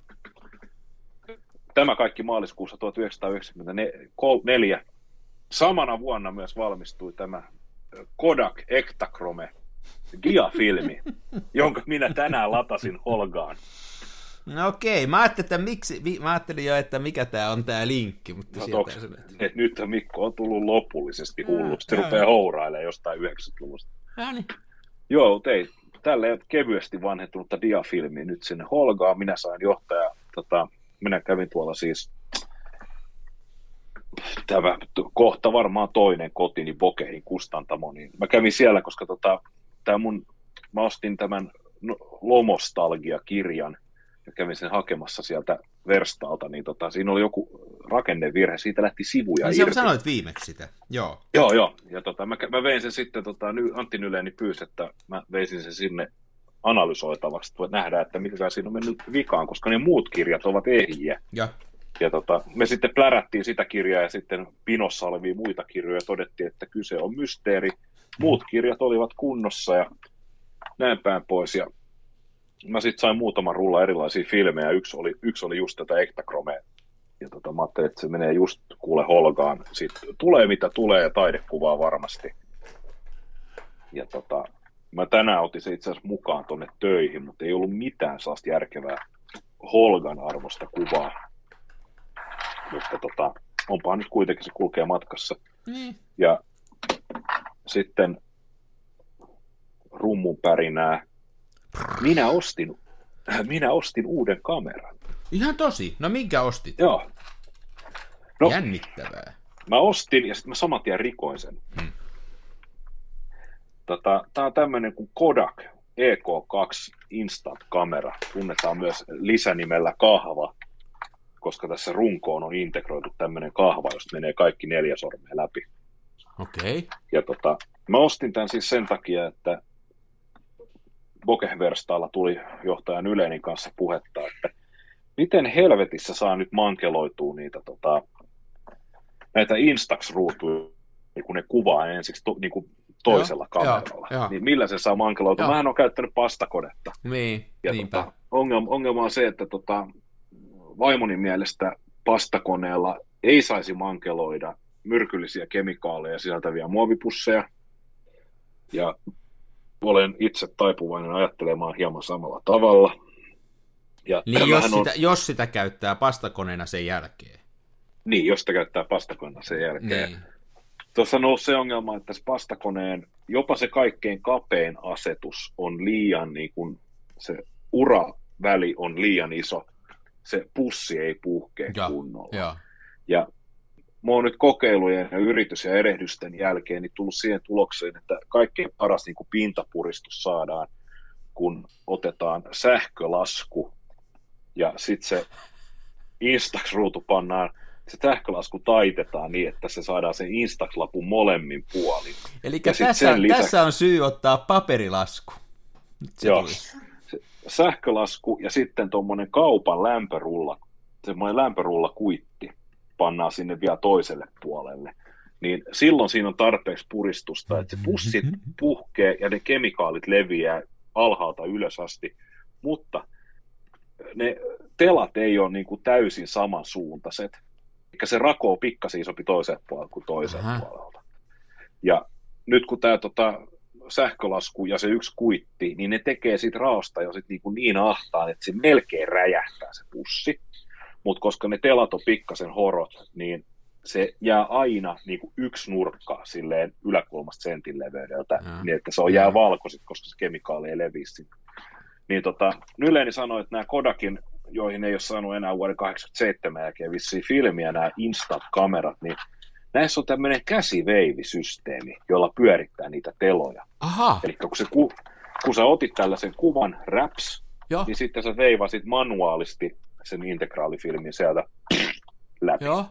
Tämä kaikki maaliskuussa tuhatyhdeksänsataayhdeksänkymmentäneljä. Samana vuonna myös valmistui tämä Kodak Ektachrome diafilmi, jonka minä tänään latasin Holgaan. No okei, mä ajattelin, että miksi, mä ajattelin jo, että mikä tää on tää linkki, mutta no, sieltä toks, et nyt Mikko on tullut lopullisesti hulluksi, se rupeaa hourailemaan jostain yhdeksänkymmentäluvusta. Ja niin. Joo, tei tälle kevyesti vanhentunutta diafilmiä nyt sinne Holgaan, minä sain johtaja, tota, minä kävin tuolla siis, tämä kohta varmaan toinen kotini Bokehin kustantamo, niin mä kävin siellä, koska tota, tää mun, mä ostin tämän Lomostalgia-kirjan, ja kävin sen hakemassa sieltä Verstaalta, niin tota, siinä oli joku rakennevirhe, siitä lähti sivuja niin irti. Sanoit viimeksi sitä, joo. Joo, joo, ja tota, mä, mä vein sen sitten, tota, Antti Nyleeni pyysi, että mä veisin sen sinne analysoitavaksi, että nähdään, että mikä siinä on mennyt vikaan, koska ne muut kirjat ovat ehjiä. Ja, ja tota, me sitten plärättiin sitä kirjaa ja sitten pinossa olevia muita kirjoja ja todettiin, että kyse on mysteeri. Muut kirjat olivat kunnossa ja näin päin pois. Ja mä sitten sain muutaman rulla erilaisia filmejä. Yksi oli, yksi oli just tätä Ektachromea. Ja tota, mä ajattelin, että se menee just kuule Holgaan. Sitten tulee mitä tulee ja taidekuvaa varmasti. Ja tota, mä tänään otin se itse asiassa mukaan tonne töihin, mutta ei ollut mitään sellaista järkevää Holgan arvosta kuvaa. Mutta tota, onpahan nyt kuitenkin se kulkee matkassa. niin. Ja sitten rummun pärinää. Minä ostin, minä ostin uuden kameran. Ihan tosi. No minkä ostit? Joo. No, Jännittävää. mä ostin ja sitten mä saman tien rikoin sen. Hmm. Tota, tää on tämmönen kuin Kodak E K kaksi Instant-kamera. Tunnetaan myös lisänimellä kahva, koska tässä runkoon on integroitu tämmöinen kahva, josta menee kaikki neljä sormea läpi. Okei. Okay. Ja tota, mä ostin tämän siis sen takia, että Bokeh-verstaalla tuli johtajan Yleenin kanssa puhetta, että miten helvetissä saa nyt mankeloitua niitä tota, näitä Instax-ruutuja, kun ne kuvaa ensiksi to, niin kuin toisella joo, kameralla. Jo, jo. Niin millä se saa mankeloitua? Mähän on käyttänyt pastakonetta. Niin, ja niinpä. Tota, ongelma, ongelma on se, että tota, vaimoni mielestä pastakoneella ei saisi mankeloida myrkyllisiä kemikaaleja sisältäviä muovipusseja. Ja olen itse taipuvainen ajattelemaan hieman samalla tavalla. Ja niin jos sitä, on... jos sitä käyttää pastakoneena sen jälkeen. Niin, jos sitä käyttää pastakoneena sen jälkeen. Niin. Tuossa on noussut se ongelma, että pastakoneen, jopa se kaikkein kapein asetus on liian, niin kuin se uraväli on liian iso. Se pussi ei puhkea ja, kunnolla. Ja, ja mä oon nyt kokeilujen ja yritys- ja erehdysten jälkeen niin tullut siihen tulokseen, että kaikkein paras niin kuin pintapuristus saadaan, kun otetaan sähkölasku ja sitten se Instax-ruutu pannaan, se sähkölasku taitetaan niin, että se saadaan sen Instax-lapun molemmin puolin. Eli tässä, lisäksi... tässä on syy ottaa paperilasku. Joo, se sähkölasku ja sitten tuommoinen kaupan lämpörulla, semmoinen lämpörulla kuitti pannaan sinne vielä toiselle puolelle. Niin silloin siinä on tarpeeksi puristusta, että se pussi puhkee ja ne kemikaalit leviää alhaalta ylös asti, mutta ne telat ei ole niin kuin täysin samansuuntaiset. Eli se rakoo pikkasen isompi toiselle puolelle kuin toiselle Aha. puolelta. Ja nyt kun tämä tota, sähkölasku ja se yksi kuitti, niin ne tekee siitä raosta jo sit niin, kuin niin ahtaan, että se melkein räjähtää se pussi. Mutta koska ne telat on pikkasen horot, niin se jää aina niin kuin yksi nurkka silleen yläkulmasta sentin leveydeltä, mm. niin että se on jää valkoiset, koska se kemikaali ei leviä sinne. Niin tota, Nyleeni sanoi, että nämä Kodakin, joihin ei ole saanut enää vuoden kahdeksankymmentäseitsemän jälkeen vissiin filmiä, nämä Instant-kamerat, niin näissä on tämmöinen käsiveivisysteemi, jolla pyörittää niitä teloja. Eli kun, se, kun sä otit tällaisen kuvan raps, Joo. niin sitten sä veivasit manuaalisti sen integraalifilmin sieltä läpi. Joo.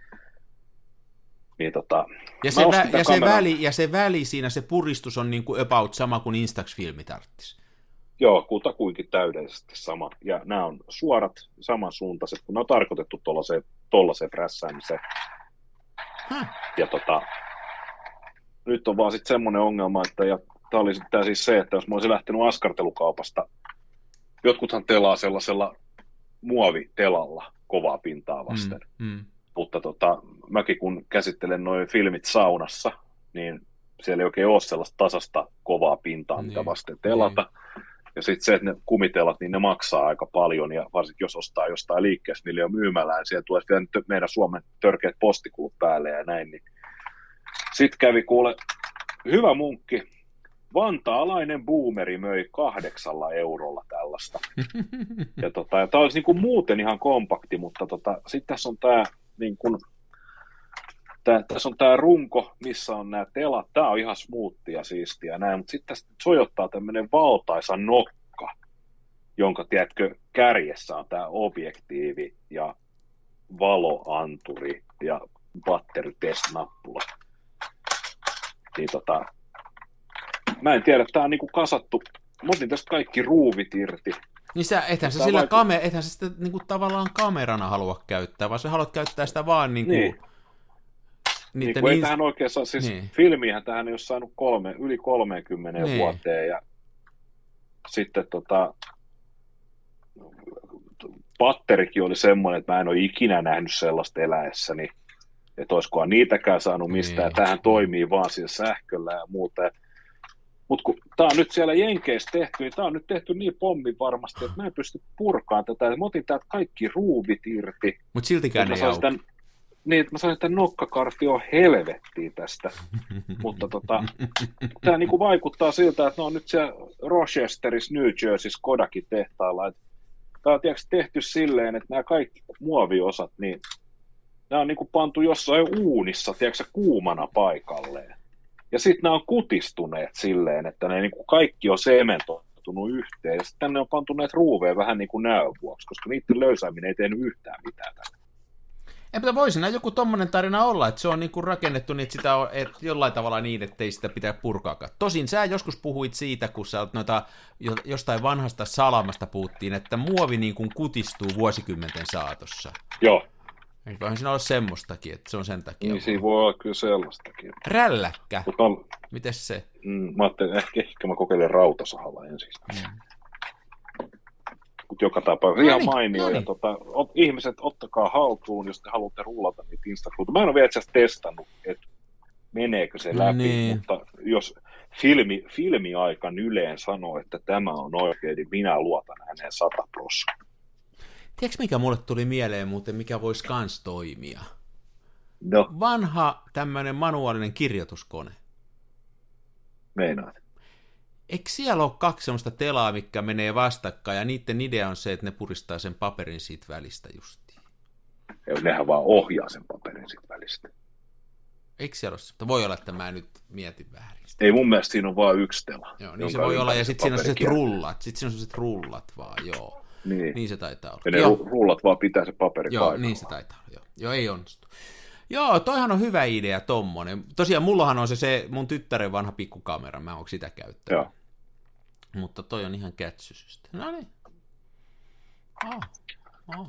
Niin tota, ja, se vä- ja, se väli, ja se väli siinä, se puristus on niin kuin about sama kuin Instax-filmi tarvitsisi. Joo, kutakuinkin täydellisesti sama. Ja nämä on suorat, samansuuntaiset, kun ne on tarkoitettu tuollaiseen, tuollaiseen prässäämiseen. Huh. Ja tota, nyt on vaan sitten semmoinen ongelma, että ja tämä oli sitten siis se, että jos mä olisin lähtenyt askartelukaupasta, jotkuthan telaa sellaisella muovitelalla kovaa pintaa vasten. Mm, mm. Mutta tota, mäkin kun käsittelen nuo filmit saunassa, niin siellä ei oikein ole sellaista tasasta kovaa pintaa, niin. mitä vasten telata. Niin. Ja sitten se, että ne kumitelat, niin ne maksaa aika paljon, ja varsinkin jos ostaa jostain liikkeessä, millä on myymällä, ja siellä tulee vielä meidän Suomen törkeät postikulut päälle ja näin, niin sitten kävi kuule, hyvä munkki, vantaalainen boomeri möi kahdeksalla eurolla tällaista. Ja tota, ja tämä olisi niin kuin muuten ihan kompakti, mutta tota, sitten tässä on tämä, niin kuin, tää, tässä on tämä runko, missä on nämä telat. Tämä on ihan smoothia ja siistiä näin, mutta sitten tästä sojottaa tämmöinen valtaisa nokka, jonka tiedätkö, kärjessä on tämä objektiivi ja valoanturi ja battery test-nappula. Niin tota, mä en tiedä, tämä on niinku kasattu, mä otin tästä kaikki ruuvit irti. Niin sä, ethän sä, sillä vaiku... kame, ethän sä sitä niinku tavallaan kamerana halua käyttää, vaan sä haluat käyttää sitä vaan niinku... Niin. Niin, kun ei tähän oikein saa, siis niin. Filmiähän tähän ei ole saanut kolme, yli kolmekymmentä niin. vuoteen, ja sitten tota, batterikin oli semmoinen, että mä en ole ikinä nähnyt sellaista eläessäni, että olisikohan niitäkään saanut mistään, niin. Tähän toimii vaan sillä sähköllä ja muuta. Mutta kun tämä on nyt siellä Jenkeissä tehty, niin tämä on nyt tehty niin pommin varmasti, että mä en pysty purkaan tätä. Mä otin täältä kaikki ruuvit irti. Mutta siltikään ei auki. Tämän, niin, että mä sanoin, että nokkakartti on helvettiin tästä. Mutta tota, tämä niinku vaikuttaa siltä, että ne on nyt siellä Rochesterissa, New Jerseyssä, Kodakin tehtailla. Tämä on tietysti tehty silleen, että nämä kaikki muoviosat, niin nämä on niinku pantu jossain uunissa, tiedätkö, kuumana paikalleen. Ja sitten nämä on kutistuneet silleen, että ne niinku kaikki on sementoitunut yhteen. Ja sitten tänne on pantu näitä ruuveja vähän niin kuin näön vuoksi, koska niiden löysääminen ei tehnyt yhtään mitään tästä. Ei, mutta voisi siinä joku tommonen tarina olla, että se on niinku rakennettu niin, että sitä on, että jollain tavalla niin, ettei sitä pitää purkaakaan. Tosin sä joskus puhuit siitä, kun sä olet noita, jostain vanhasta salamasta puhuttiin, että muovi niin kuin kutistuu vuosikymmenten saatossa. Joo. Eli voihan siinä olla semmoistakin, että se on sen takia. Niin, siinä voi olla kyllä sellaistakin. Rälläkkä? On... Mites se? Mm, mä ajattelin, ehkä, ehkä mä kokeilen rautasahalla ensin. Mm. Mutta joka tapauksessa no ihan niin, mainio. No niin. Ja tota, ot, ihmiset, ottakaa haltuun, jos te haluatte rullata niitä Instagramia. Mä en ole vielä itse asiassa testannut, että meneekö se läpi, niin. Mutta jos filmi, filmiaikan yleen sanoo, että tämä on oikein, niin minä luotan häneen sata prosenttia. Tiedätkö, mikä mulle tuli mieleen muuten, mikä voisi kans toimia? No. Vanha tämmöinen manuaalinen kirjoituskone. Meinaat? Eikö siellä ole kaksi semmoista telaa, mikä menee vastakkain, ja niiden idea on se, että ne puristaa sen paperin siitä välistä justiin? Ei, nehän vaan ohjaa sen paperin siitä välistä. Eikö siellä ole se? Voi olla, että mä nyt mietin väärin. Ei, mun mielestä siinä on vaan yksi tela. Joo, niin se voi olla, ja sitten siinä on sellaiset rullat. Sitten siinä on sellaiset rullat vaan, joo. Niin. niin se taitaa olla. Ja ne joo. rullat vaan pitää se paperi Joo, paikalla. niin se taitaa olla. Joo. joo, ei onnistu. Joo, toihan on hyvä idea tommonen. Tosiaan mullahan on se, se mun tyttären vanha pikkukamera, mä oon sitä käyttänyt. Joo. Mutta toi on ihan kätsysystä. No niin. Oh. Oh.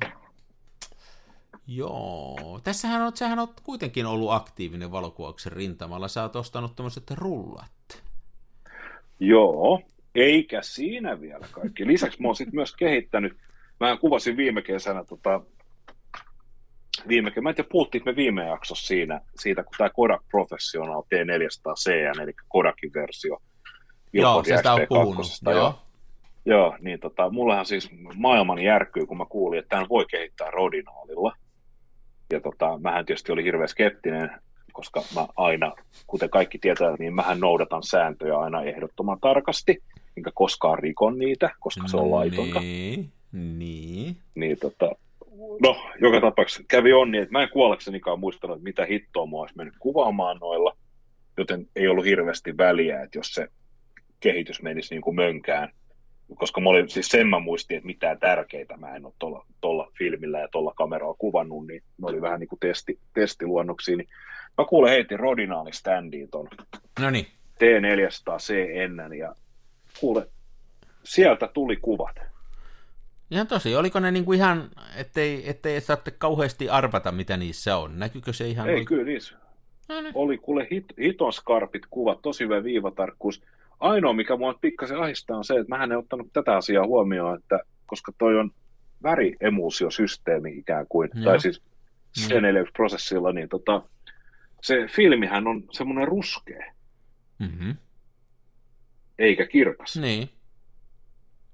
Joo. Tässähän on, sähän on kuitenkin ollut aktiivinen valokuvauksen rintamalla. Sä oot ostanut tommoset rullat. Joo. Eikä siinä vielä kaikki. Lisäksi mä oon sit myös kehittänyt, mä kuvasin viime kesänä, tota, viime kesänä, mä en tiedä, puhuttiinko me viime jaksossa siinä, siitä, kun tämä Kodak Professional T neljäsataa C N, eli Kodakin versio. Joo, se sitä on puhunut. Joo. Joo, niin tota, mullahan siis maailman järkyy, kun mä kuulin, että tämän voi kehittää Rodinaalilla. Ja tota, mähän tietysti olin hirveän skeptinen, koska mä aina, kuten kaikki tietää, niin mähän noudatan sääntöjä aina ehdottoman tarkasti, enkä koskaan rikon niitä, koska se on laitonta. Niin, niin. Niin tota, no, joka tapauksessa kävi on niin, että mä en kuolleksenikaan muistanut, mitä hittoa mua olisi mennyt kuvaamaan noilla, joten ei ollut hirveästi väliä, että jos se kehitys menisi niin kuin mönkään, koska mä olin, siis sen mä muistin, että mitään tärkeitä mä en ole tuolla, tuolla filmillä ja tuolla kameralla kuvannut, niin ne oli vähän niin kuin testi, testiluonnoksia, niin mä kuulen heitin Rodinaali-standiin ton Noniin. T neljäsataa C N, ja kuule, sieltä tuli kuvat. Ihan tosi, oliko ne niinku ihan, ettei, ettei saatte kauheasti arvata, mitä niissä on? Näkyykö se ihan? Ei, oli... kyllä niissä. No niin. Oli kuule hit, hiton skarpit kuvat, tosi hyvä viivatarkkuus. Ainoa, mikä mua pikkasen ahdistaa, on se, että mähän en ottanut tätä asiaa huomioon, että koska toi on väriemulsiosysteemi ikään kuin, Joo. tai siis C neljä yksi-prosessilla, niin tota, se filmihän on semmoinen ruskea, mm-hmm. eikä kirkas. Niin.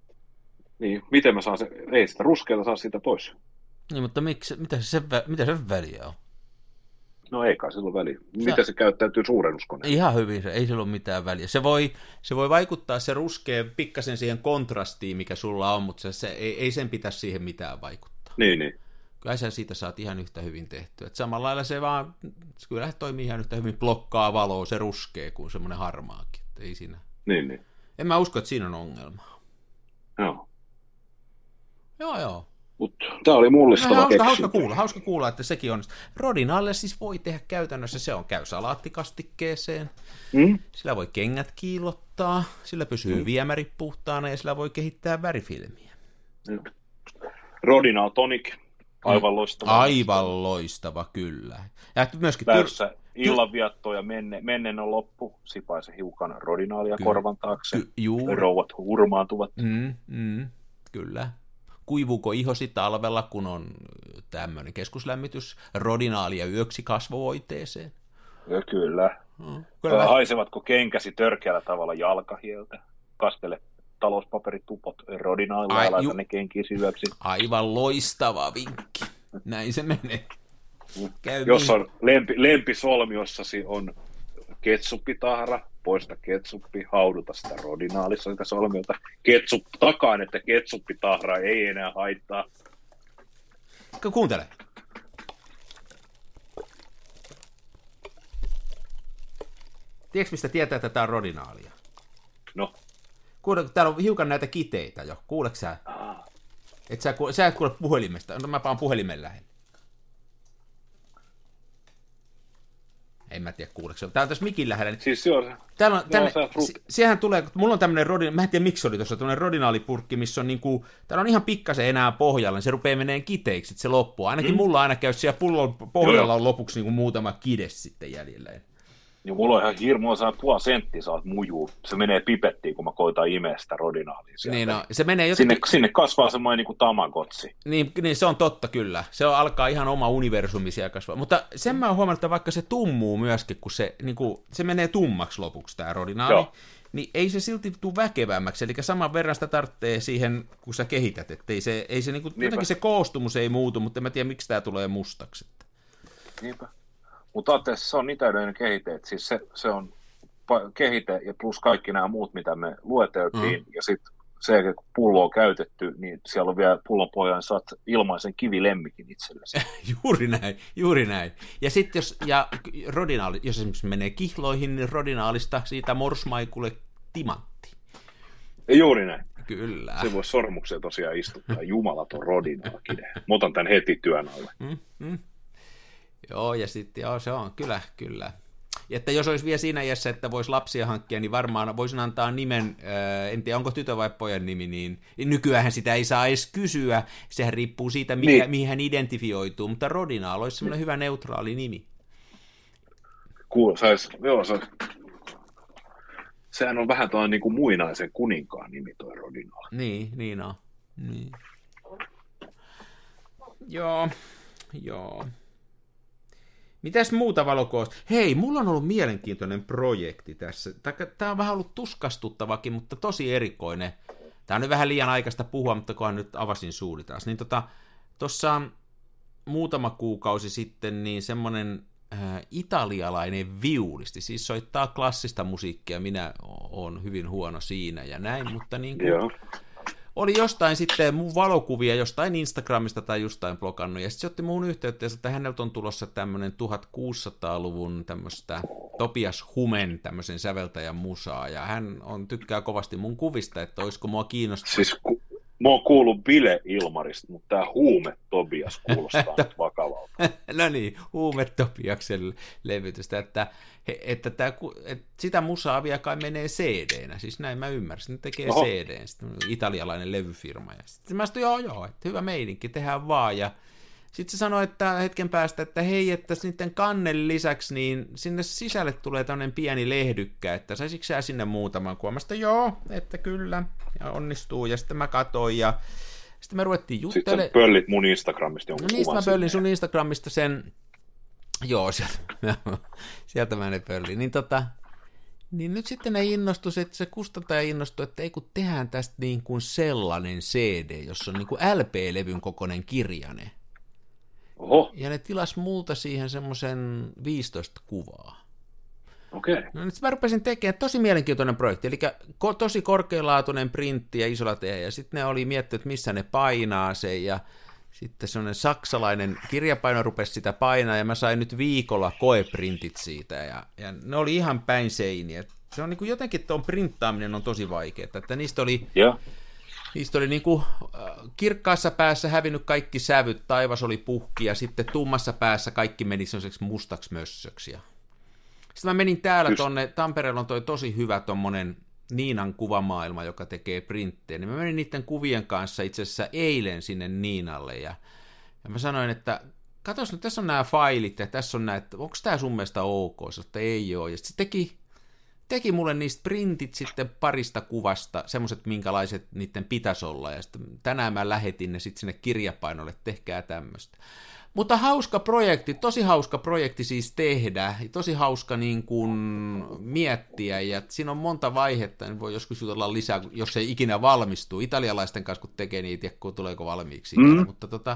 Niin, miten mä saan se, ei sitä ruskeata saa siitä pois. Niin, mutta miksi, mitä se, mitä se väliä on? No ei kai sillä ole väliä. Miten Sä... se käyttäytyy suurennuskoneessa? Ihan hyvin, ei sillä ole mitään väliä. Se voi, se voi vaikuttaa se ruskea pikkasen siihen kontrastiin, mikä sulla on, mutta se, se ei, ei sen pitäisi siihen mitään vaikuttaa. Niin, niin. Kyllä sä siitä saat ihan yhtä hyvin tehtyä. Et samalla lailla se vaan, kyllä se toimii ihan yhtä hyvin, blokkaa valoa se ruskea kuin semmoinen harmaakin. Et ei siinä. Niin, niin. En mä usko, että siinä on ongelmaa. Joo. Joo, joo. Mutta tämä oli mullistava hauska, keksintö. hauska kuulla, hauska kuulla, että sekin on. Rodinalle siis voi tehdä käytännössä, se on käy salaattikastikkeeseen, Mm? sillä voi kengät kiillottaa, sillä pysyy mm. viemäri puhtaana ja sillä voi kehittää värifilmiä. Mm. Rodinal Tonic, aivan loistava. Aivan loistava, kyllä. Ja myöskin Väyssä illanvietto ja menne, mennen on loppu, sipaise hiukan Rodinalia ky- korvan taakse, ky- juuri. Rouvat hurmaantuvat. Mm, mm, kyllä. Kuivuuko ihosi talvella, kun on tämmöinen keskuslämmitys, Rodinaalia yöksi kasvovoiteeseen? Ja kyllä. Mm, kyllä. Haisevatko kenkäsi törkeällä tavalla jalkahieltä? Kastele talouspaperitupot Rodinaalia ja laita ju- ne kenkiisi yöksi. Aivan loistava vinkki. Näin se menee. Käy Jos on lempi, lempisolmiossasi on ketsuppitahra, poista ketsuppi, hauduta sitä Rodinaalissa sitä solmiota. Ketsup, takaan, että ketsuppitahra ei enää haittaa. Kuuntele. Tiedätkö, mistä tietää, että tämä on Rodinaalia? No. Kuule, täällä on hiukan näitä kiteitä jo. Kuuleeko sä? Ah. Et sä, kuule, sä et kuule puhelimesta. No, mä paan puhelimen lähelle. En mä tiedä kuuleeko. Tää on tässä mikin lähellä. Siis joo. Täällä on, tänne, se, sehän tulee, mulla on tämmönen rodin, mä en tiedä miksi oli tuossa, tämmönen rodinaalipurkki, missä on niinku, täällä on ihan pikkasen enää pohjalla, niin se rupeaa meneen kiteiksi, että se loppuu. Ainakin mm. mulla aina käy siellä pullon pohjalla on lopuksi niinku muutama kide sitten jäljellä. Ja mulla on ihan hirmua, saa puoli senttiä saat mujuu. Se menee pipettiin, kun mä koitan imeä sitä Rodinaalia sieltä. Niin no, se menee jotenkin... sinne, sinne kasvaa semmoinen niin kuin tamagotsi. Niin, niin, se on totta kyllä. Se on, alkaa ihan oma universumi siellä kasvaa. Mutta sen mä oon huomannut, että vaikka se tummuu myöskin, kun se, niin kuin, se menee tummaksi lopuksi tämä Rodinaali, Joo. niin ei se silti tule väkevämmäksi. Eli saman verran sitä tarvitsee siihen, kun sä kehität. Että ei se, ei se, niin kuin, jotenkin se koostumus ei muutu, mutta en mä tiedä, miksi tämä tulee mustaksi. Niinpä. Mutta ajattelin, se on niin täydellinen kehite, että siis se, se on kehite ja plus kaikki nämä muut, mitä me lueteltiin, mm. ja sitten se, kun pullo on käytetty, niin siellä on vielä pullon pohjaan, niin saat ilmaisen kivilemmikin itsellesi. Juuri näin, juuri näin. Ja sitten jos, ja rodinaali, jos esimerkiksi menee kihloihin, niin rodinaalista siitä morsmaikulle timantti. Ja juuri näin. Kyllä. Se voi sormukseen tosiaan istuttaa. Jumalaton rodinaalkide. Mä otan tämän heti työn alle. Mm, mm. Joo, ja sitten joo, se on, kyllä, kyllä. Ja että jos olisi vielä siinä iässä, että voisi lapsia hankkia, niin varmaan voisin antaa nimen, ää, en tiedä onko tytö vai pojan nimi, niin nykyään sitä ei saa edes kysyä, sehän riippuu siitä, mikä, niin. mihin hän identifioituu, mutta Rodinaal olisi semmoinen hyvä neutraali nimi. Kuul, sais, joo, se, sehän on vähän tuollainen niin kuin muinaisen kuninkaan nimi toi Rodinaal. Niin, niin on. Niin. Joo, joo. Mitäs muuta valokoosta? Hei, mulla on ollut mielenkiintoinen projekti tässä. Tämä on vähän ollut tuskastuttavakin, mutta tosi erikoinen. Tämä on nyt vähän liian aikaista puhua, mutta kunhan nyt avasin suuri taas. Niin tota, tuossa muutama kuukausi sitten niin semmoinen äh, italialainen viulisti, siis soittaa klassista musiikkia, minä olen hyvin huono siinä ja näin, mutta niin kuin... Joo. Oli jostain sitten mun valokuvia jostain Instagramista tai jostain blogannut, ja sitten se otti muun yhteyttä, että häneltä on tulossa tämmöinen tuhatkuusisataaluvun tämmöistä Topias Humen tämmöisen säveltäjän musaa, ja hän on, tykkää kovasti mun kuvista, että olisiko mua kiinnostaa. Siis ku, mä oon kuullut Bile Ilmarista, mutta tää Huume Tobias kuulostaa nyt vakavalta. No niin, Huume Tobiaksen levytystä, että, että, tää, että sitä musaa vielä kai menee C D-nä, siis näin mä ymmärsin, ne tekee Oho. C D:n, italialainen levyfirma, ja sitten mä sanoin, joo joo, että hyvä meininki, tehdään vaan, ja sitten se sanoi, että hetken päästä, että hei, että niiden kannen lisäksi, niin sinne sisälle tulee tämmöinen pieni lehdykkä, että saisitko sä sinne muutaman kuvan? Mä sanoin, joo, että kyllä, ja onnistuu, ja sitten mä katoin, ja sitten me ruvettiin juttelemaan. Sitten sä pöllit mun Instagramista jonkun no, kuvan. Niistä mä pöllin sun sinne. Instagramista sen, joo, sieltä, sieltä mä ne pöllin, niin tota, Niin nyt sitten ne innostus, että se kustantaja innostui, että ei kun tehdään tästä niin kuin sellainen C D, jossa on niin kuin L P-levyn kokoinen kirjane. Oho. Ja ne tilas multa siihen semmoisen viisitoista kuvaa. Okei. Okay. No nyt mä rupesin tekemään tosi mielenkiintoinen projekti, eli ko- tosi korkealaatuinen printti ja isolla tehdä, ja sitten ne oli miettinyt, että missä ne painaa sen, ja sitten semmoinen saksalainen kirjapaino rupesi sitä painaa, ja mä sain nyt viikolla koeprintit siitä, ja, ja ne oli ihan päin seiniä. Se on niin kuin jotenkin, tuon printtaaminen on tosi vaikeaa, että niistä oli, yeah. niistä oli niin kuin kirkkaassa päässä hävinnyt kaikki sävyt, taivas oli puhki, ja sitten tummassa päässä kaikki meni sellaiseksi mustaksi mössöksi. Sitten mä menin täällä Just. tonne, Tampereella on toi tosi hyvä tommonen Niinan kuvamaailma, joka tekee printtejä, niin mä menin niiden kuvien kanssa itse asiassa eilen sinne Niinalle, ja, ja mä sanoin, että katos nyt, tässä on nämä failit, ja tässä on nämä, että onko tämä sun mielestä ok, sanoin, että ei ole, ja sitten se teki, teki mulle niistä printit sitten parista kuvasta, semmoiset, minkälaiset niiden pitäisi olla, ja sitten tänään mä lähetin ne sitten sinne kirjapainolle, että tehkää tämmöistä. Mutta hauska projekti, tosi hauska projekti siis tehdä, tosi hauska niin kuin miettiä, ja siinä on monta vaihetta, niin voi joskus jutella lisää, jos ei ikinä valmistu. Italialaisten kanssa, kun tekee niitä, ja tuleeko valmiiksi ikinä, mm. mutta tota,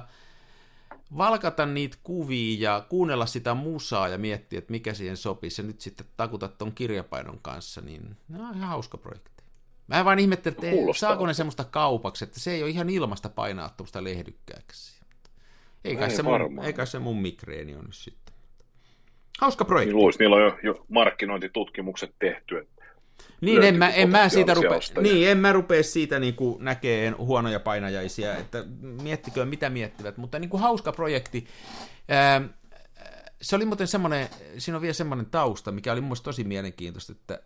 valkata niitä kuvia ja kuunnella sitä musaa ja miettiä, että mikä siihen sopisi, ja nyt sitten takuta ton kirjapainon kanssa, niin no, ihan hauska projekti. Mä vaan ihmettelin, että ei, saako ne semmoista kaupaksi, että se ei ole ihan ilmasta painaa tuommoista lehdykkääksi. Eikä se, mun, eikä se mun migreeni on nyt sitten. Hauska projekti. Niin luulis, niillä on jo, jo markkinointitutkimukset tehty. Että niin, en mä, en mä siitä rupea, niin, en mä rupea siitä niin kuin näkeen huonoja painajaisia, että miettikö mitä miettivät, mutta niin kuin hauska projekti. Ää, se oli muuten semmoinen, siinä on vielä semmoinen tausta, mikä oli mun mielestä tosi mielenkiintoista, että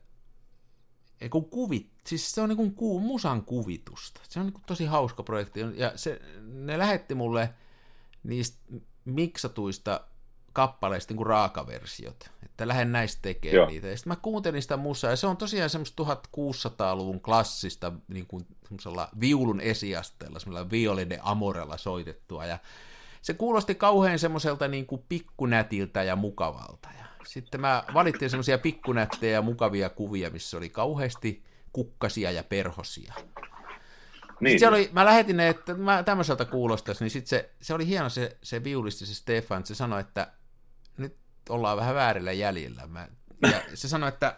kun kuvit, siis se on niin kuin ku, musan kuvitusta. Se on niin kuin tosi hauska projekti, ja se, ne lähetti mulle niistä miksatuista kappaleista niin kuin raakaversiot, että lähden näistä tekemään niitä. Ja sitten mä kuuntelin sitä musaa, ja se on tosiaan semmoista tuhatkuusisataaluvun klassista niin kuin semmoisella viulun esiasteella, semmoisella violide amorella soitettua, ja se kuulosti kauhean semmoiselta niin kuin pikkunätiltä ja mukavalta. Ja sitten mä valittiin semmoisia pikkunättejä ja mukavia kuvia, missä oli kauheasti kukkasia ja perhosia. Niin. Se oli, mä lähetin ne, että mä tämmöiseltä kuulostaisi, niin sitten se, se oli hieno se, se viulisti, se Stefan, se sanoi, että nyt ollaan vähän väärillä jäljillä. Mä, ja se sanoi, että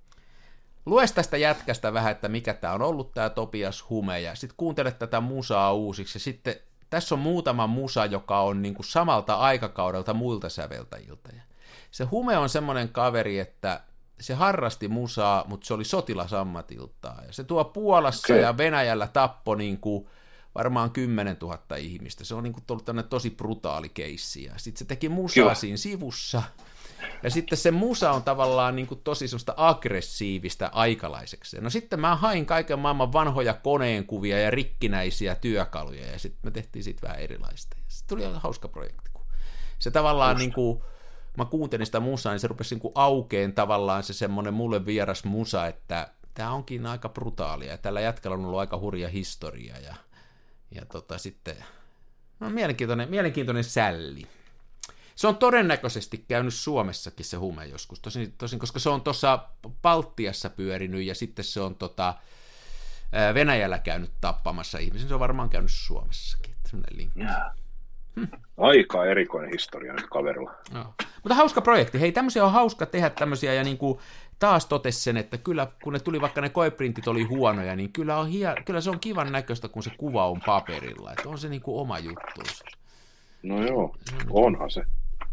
lues tästä jätkästä vähän, että mikä tämä on ollut tämä Topias Hume, ja sitten kuuntele tätä musaa uusiksi, ja sitten tässä on muutama musa, joka on niinku samalta aikakaudelta muilta säveltäjiltä. Ja se Hume on semmoinen kaveri, että se harrasti musaa, mutta se oli sotilasammatiltaan. Ja se tuo Puolassa okay. ja Venäjällä tappo niin kuin varmaan kymmenen tuhatta ihmistä. Se on niin kuin ollut tämmöinen tosi brutaali keissi. Ja sitten se teki musaa Kyllä. siinä sivussa. Ja sitten se musa on tavallaan niin kuin tosi semmoista aggressiivista aikalaiseksi. No sitten mä hain kaiken maailman vanhoja koneenkuvia ja rikkinäisiä työkaluja. Ja sitten me tehtiin siitä vähän erilaista. Ja se tuli hauska projekti. Se tavallaan niin kuin mä kuuntelin sitä musaa, niin se rupesi niin kuin aukeen tavallaan se semmoinen mulle vieras musa, että tämä onkin aika brutaalia, ja tällä jätkällä on ollut aika hurja historia, ja, ja tota sitten, no mielenkiintoinen, mielenkiintoinen sälli. Se on todennäköisesti käynyt Suomessakin se Hume joskus, tosin, tosin koska se on tuossa Baltiassa pyörinyt, ja sitten se on tota, Venäjällä käynyt tappamassa ihmisiä, se on varmaan käynyt Suomessakin, semmoinen linkki. Hmm. Aika erikoinen historia nyt kaverilla. No. Mutta hauska projekti. Hei, tämmöisiä on hauska tehdä tämmöisiä, ja niin kuin taas totesi sen, että kyllä kun ne tuli, vaikka ne koeprintit oli huonoja, niin kyllä, on hia- kyllä se on kivan näköistä, kun se kuva on paperilla. Että on se niin kuin oma juttuus. No joo, se on onhan se.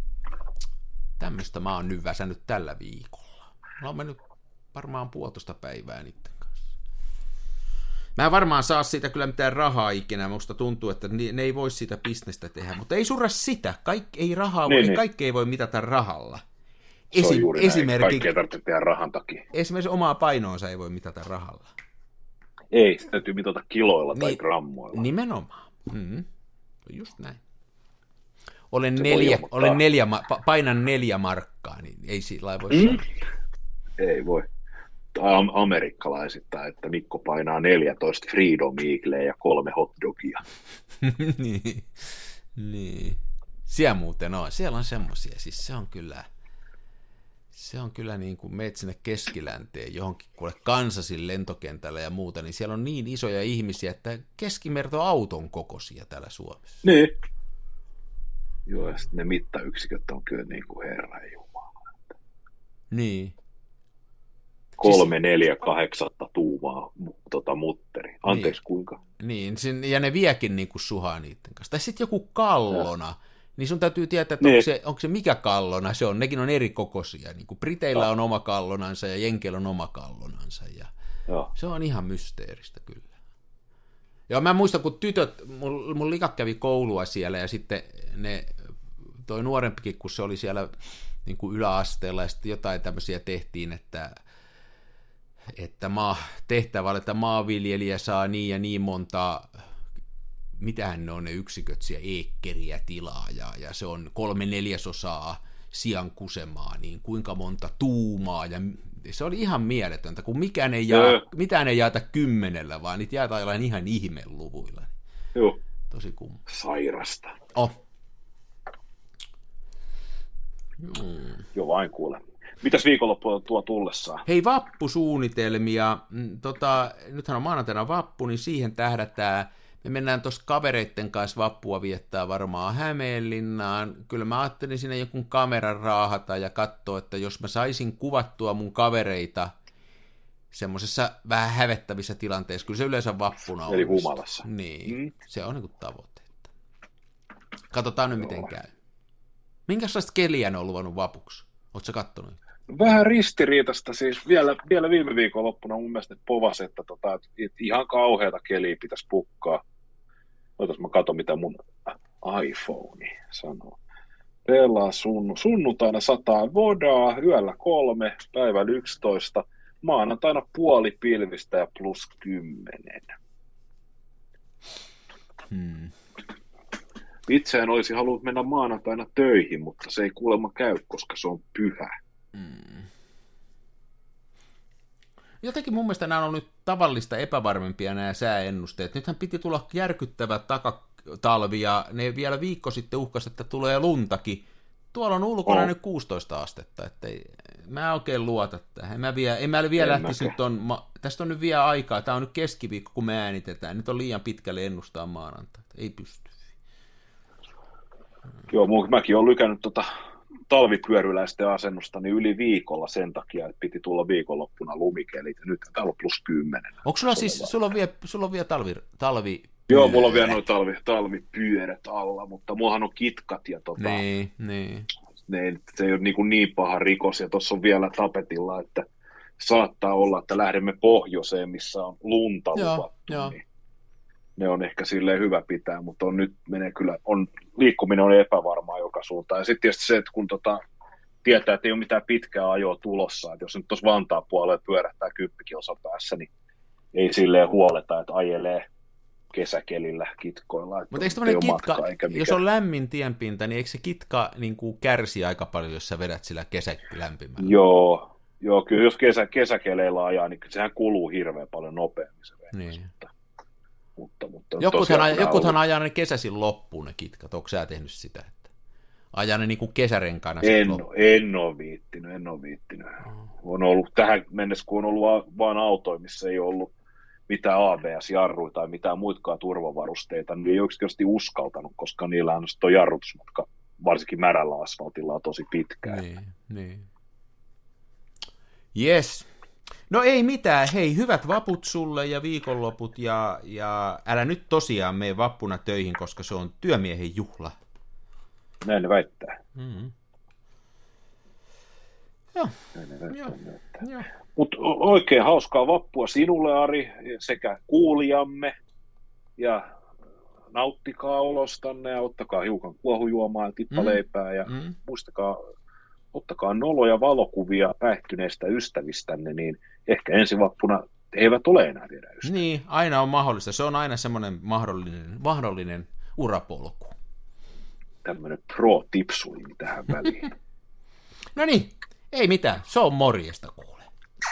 Tämmöistä mä oon nyt väsännyt tällä viikolla. Mä oon mennyt varmaan puolitoista päivää niiden kanssa. Mä en varmaan saa siitä kyllä mitään rahaa ikinä, musta tuntuu, että ne ei voi siitä bisnestä tehdä, mutta ei surra sitä, kaikki ei, rahaa, niin, niin. kaikki ei voi mitata rahalla. Esi- se on juuri näin, kaikki ei tarvitse tehdä rahan takia. Esimerkiksi omaa painoonsa ei voi mitata rahalla. Ei, sitä täytyy mitata kiloilla niin, tai grammoilla. Nimenomaan, mm-hmm. just näin. Olen, neljä, olen neljä, painan neljä markkaa, niin ei sillä voi mm. sanoa. Ei voi. Amerikkalaisittain, että Mikko painaa neljätoista Freedom Eagleä ja kolme hotdogia. niin, niin. Siellä muuten on, siellä on semmoisia, siis se on kyllä, Se on kyllä niin kuin meet sinne Keskilänteen johonkin kuule Kansasin lentokentällä ja muuta, niin siellä on niin isoja ihmisiä, että keskimerto auton kokoisia täällä Suomessa. Niin. Joo, ja sitten ne mittayksiköt on kyllä niin kuin Herran Jumala. Niin. Kolme, neljä, kahdeksatta tuumaa tota, mutteri. Anteeksi, niin. kuinka? Niin, sen, ja ne viekin niin kuin suhaa niiden kanssa. Tai sitten joku Kallona. Ja. Niin sun täytyy tietää, että niin. onko, se, onko se mikä Kallona se on. Nekin on eri kokoisia. Niin kuin Briteillä no. on oma Kallonansa ja Jenkeillä on oma Kallonansa. Ja no. Se on ihan mysteeristä kyllä. Ja mä muistan, kun tytöt, mun, mun likat kävi koulua siellä ja sitten ne, toi nuorempikin, kun se oli siellä niin kuin yläasteella ja sitten jotain tämmöisiä tehtiin, että että maa, tehtävällä, että maanviljelijä saa niin ja niin monta, mitähän ne on ne yksiköt siellä, eekkeriä tilaa, ja, ja se on kolme neljäsosaa sian kusemaa, niin kuinka monta tuumaa, ja se oli ihan mieletöntä, kun mikään ei jaa, mitään ei jaeta kymmenellä, vaan niitä jaetaan jollain ihan ihmeluvuilla. Joo. Tosi kumma. Sairasta. Oh. Hmm. Joo, vain kuule. Mitäs viikonloppu tuo tullessaan? Hei, vappusuunnitelmia. Tota, nythän on maanantaina vappu, niin siihen tähdätään. Me mennään tuossa kavereitten kanssa vappua viettää varmaan Hämeenlinnaan. Kyllä mä ajattelin sinne jonkun kameran raahata ja katsoa, että jos mä saisin kuvattua mun kavereita semmoisessa vähän hävettävissä tilanteissa, kyllä se yleensä vappuna on. Eli humalassa. Niin, mm. se on niin kuin tavoite. Katsotaan nyt, miten käy. Minkälaista keliä ne on luvannut vapuksi? Ootko sä kattonut? Vähän ristiriitasta, siis vielä, vielä viime viikon loppuna mun mielestä povasi, että tota, et ihan kauheata keliä pitäisi pukkaa. Otas mä katson, mitä mun iPhone sanoo. Pelaa sunnu, sunnuntaina sataa vodaa, yöllä kolme, päivällä yksitoista, maanantaina puoli pilvistä ja plus kymmenen. Hmm. Itseään olisi halunnut mennä maanantaina töihin, mutta se ei kuulemma käy, koska se on pyhä. Hmm. Jotenkin mun mielestä nämä on nyt tavallista epävarmempia nämä sääennusteet. Nythän piti tulla järkyttävä takatalvi ja ne vielä viikko sitten uhkasi, että tulee luntakin. Tuolla on ulkona oh. nyt kuusitoista astetta, että ei, mä en oikein luota tähän. En mä vielä, en mä vielä lähtisi nyt on, ma, tästä on nyt vielä aikaa, tämä on nyt keskiviikko, kun me äänitetään. Nyt on liian pitkälle ennustaa maanantaita, ei pysty. Joo, mäkin olen lykännyt tota talvipyöryläisten asennusta niin yli viikolla sen takia, että piti tulla viikonloppuna lumikelit, ja nyt täällä on plus kymmenen. Onko sulla siis, sulla on vielä, sulla on vielä talvi, talvi Joo, mulla on vielä noin talvi, talvipyörät alla, mutta mullahan on kitkat, ja tota, niin, niin. Ne, se ei ole niin, niin paha rikos, ja tuossa on vielä tapetilla, että saattaa olla, että lähdemme pohjoiseen, missä on lunta luvattu, niin ne on ehkä silleen hyvä pitää, mutta on nyt menee kyllä, on, liikkuminen on epävarmaa joka suuntaan. Ja sitten tietysti se, että kun tota, tietää, että ei ole mitään pitkää ajoa tulossa, että jos nyt tuossa Vantaan puolella pyörähtää kymppikin päässä, niin ei silleen huoleta, että ajelee kesäkelillä kitkoilla. Mutta eikö tämmöinen kitka, matka, jos on lämmin tienpinta, niin eikö se kitka niin kuin kärsi aika paljon, jos sä vedät sillä kesälämpimällä? Joo, joo, kyllä jos kesä, kesäkeleillä ajaa, niin sehän kuluu hirveän paljon nopeammin se vedät. Niin. Mutta, mutta jokuthan, aj- jokuthan ajaa ne kesäisin loppuun ne kitkat. Onko sä tehnyt sitä? Että ajaa ne niin kuin kesärenkaana? En, en ole viittinyt, en ole viittinyt. Oh. On ollut tähän mennessä, kun on ollut vain autoja, missä ei ollut mitään A B S-jarruja tai mitään muitakaan turvavarusteita, niin ei yksinkertaisesti uskaltanut, koska niillä on tuo jarrutusmatka, varsinkin märällä asfaltilla, on tosi pitkä. Niin, niin. Yes. No ei mitään, hei, hyvät vaput sulle ja viikonloput, ja, ja älä nyt tosiaan mene vappuna töihin, koska se on työmiehen juhla. Näin ne väittää. Mm-hmm. Joo. Näin ne väittää. Mutta oikein hauskaa vappua sinulle, Ari, sekä kuulijamme, ja nauttikaa olostanne, ja ottakaa hiukan kuohujuomaa ja tippaleipää, mm. ja mm. muistakaa, ottakaa noloja valokuvia päihtyneistä ystävistänne, niin ehkä ensi vappuna eivät ole enää teidän ystäviä. Niin, aina on mahdollista. Se on aina semmoinen mahdollinen, mahdollinen urapolku. Tämmöinen pro-tipsuili tähän väliin. No niin, ei mitään. Se on morjesta kuule.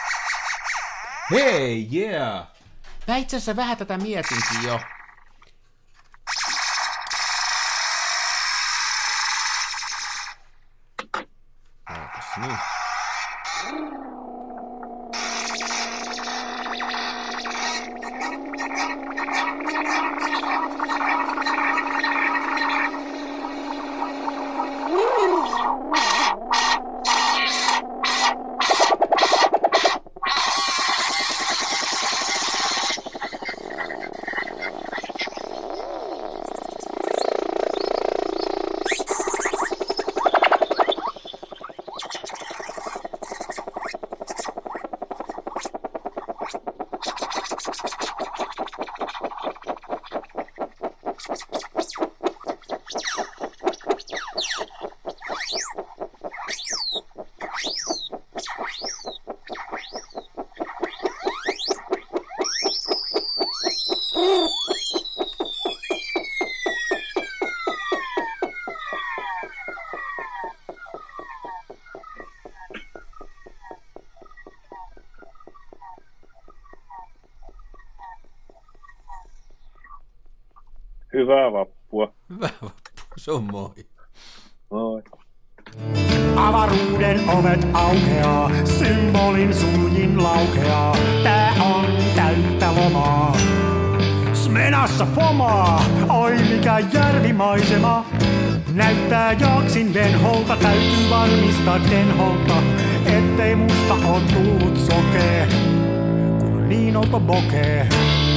Hei, yeah! Mä itse asiassa vähän tätä mietinkin jo. Ootas niin. Hyvää vappua. Hyvää vappua, se on moi. Moi. Avaruuden ovet aukeaa, symbolin suljin laukeaa. Tää on täyttä lomaa. Smenassa fomaa, oi mikä järvimaisema. Näyttää jaksin venholta, täytyy varmistaa denholta, ettei musta on tullut sokee, kun on niin olto bokee.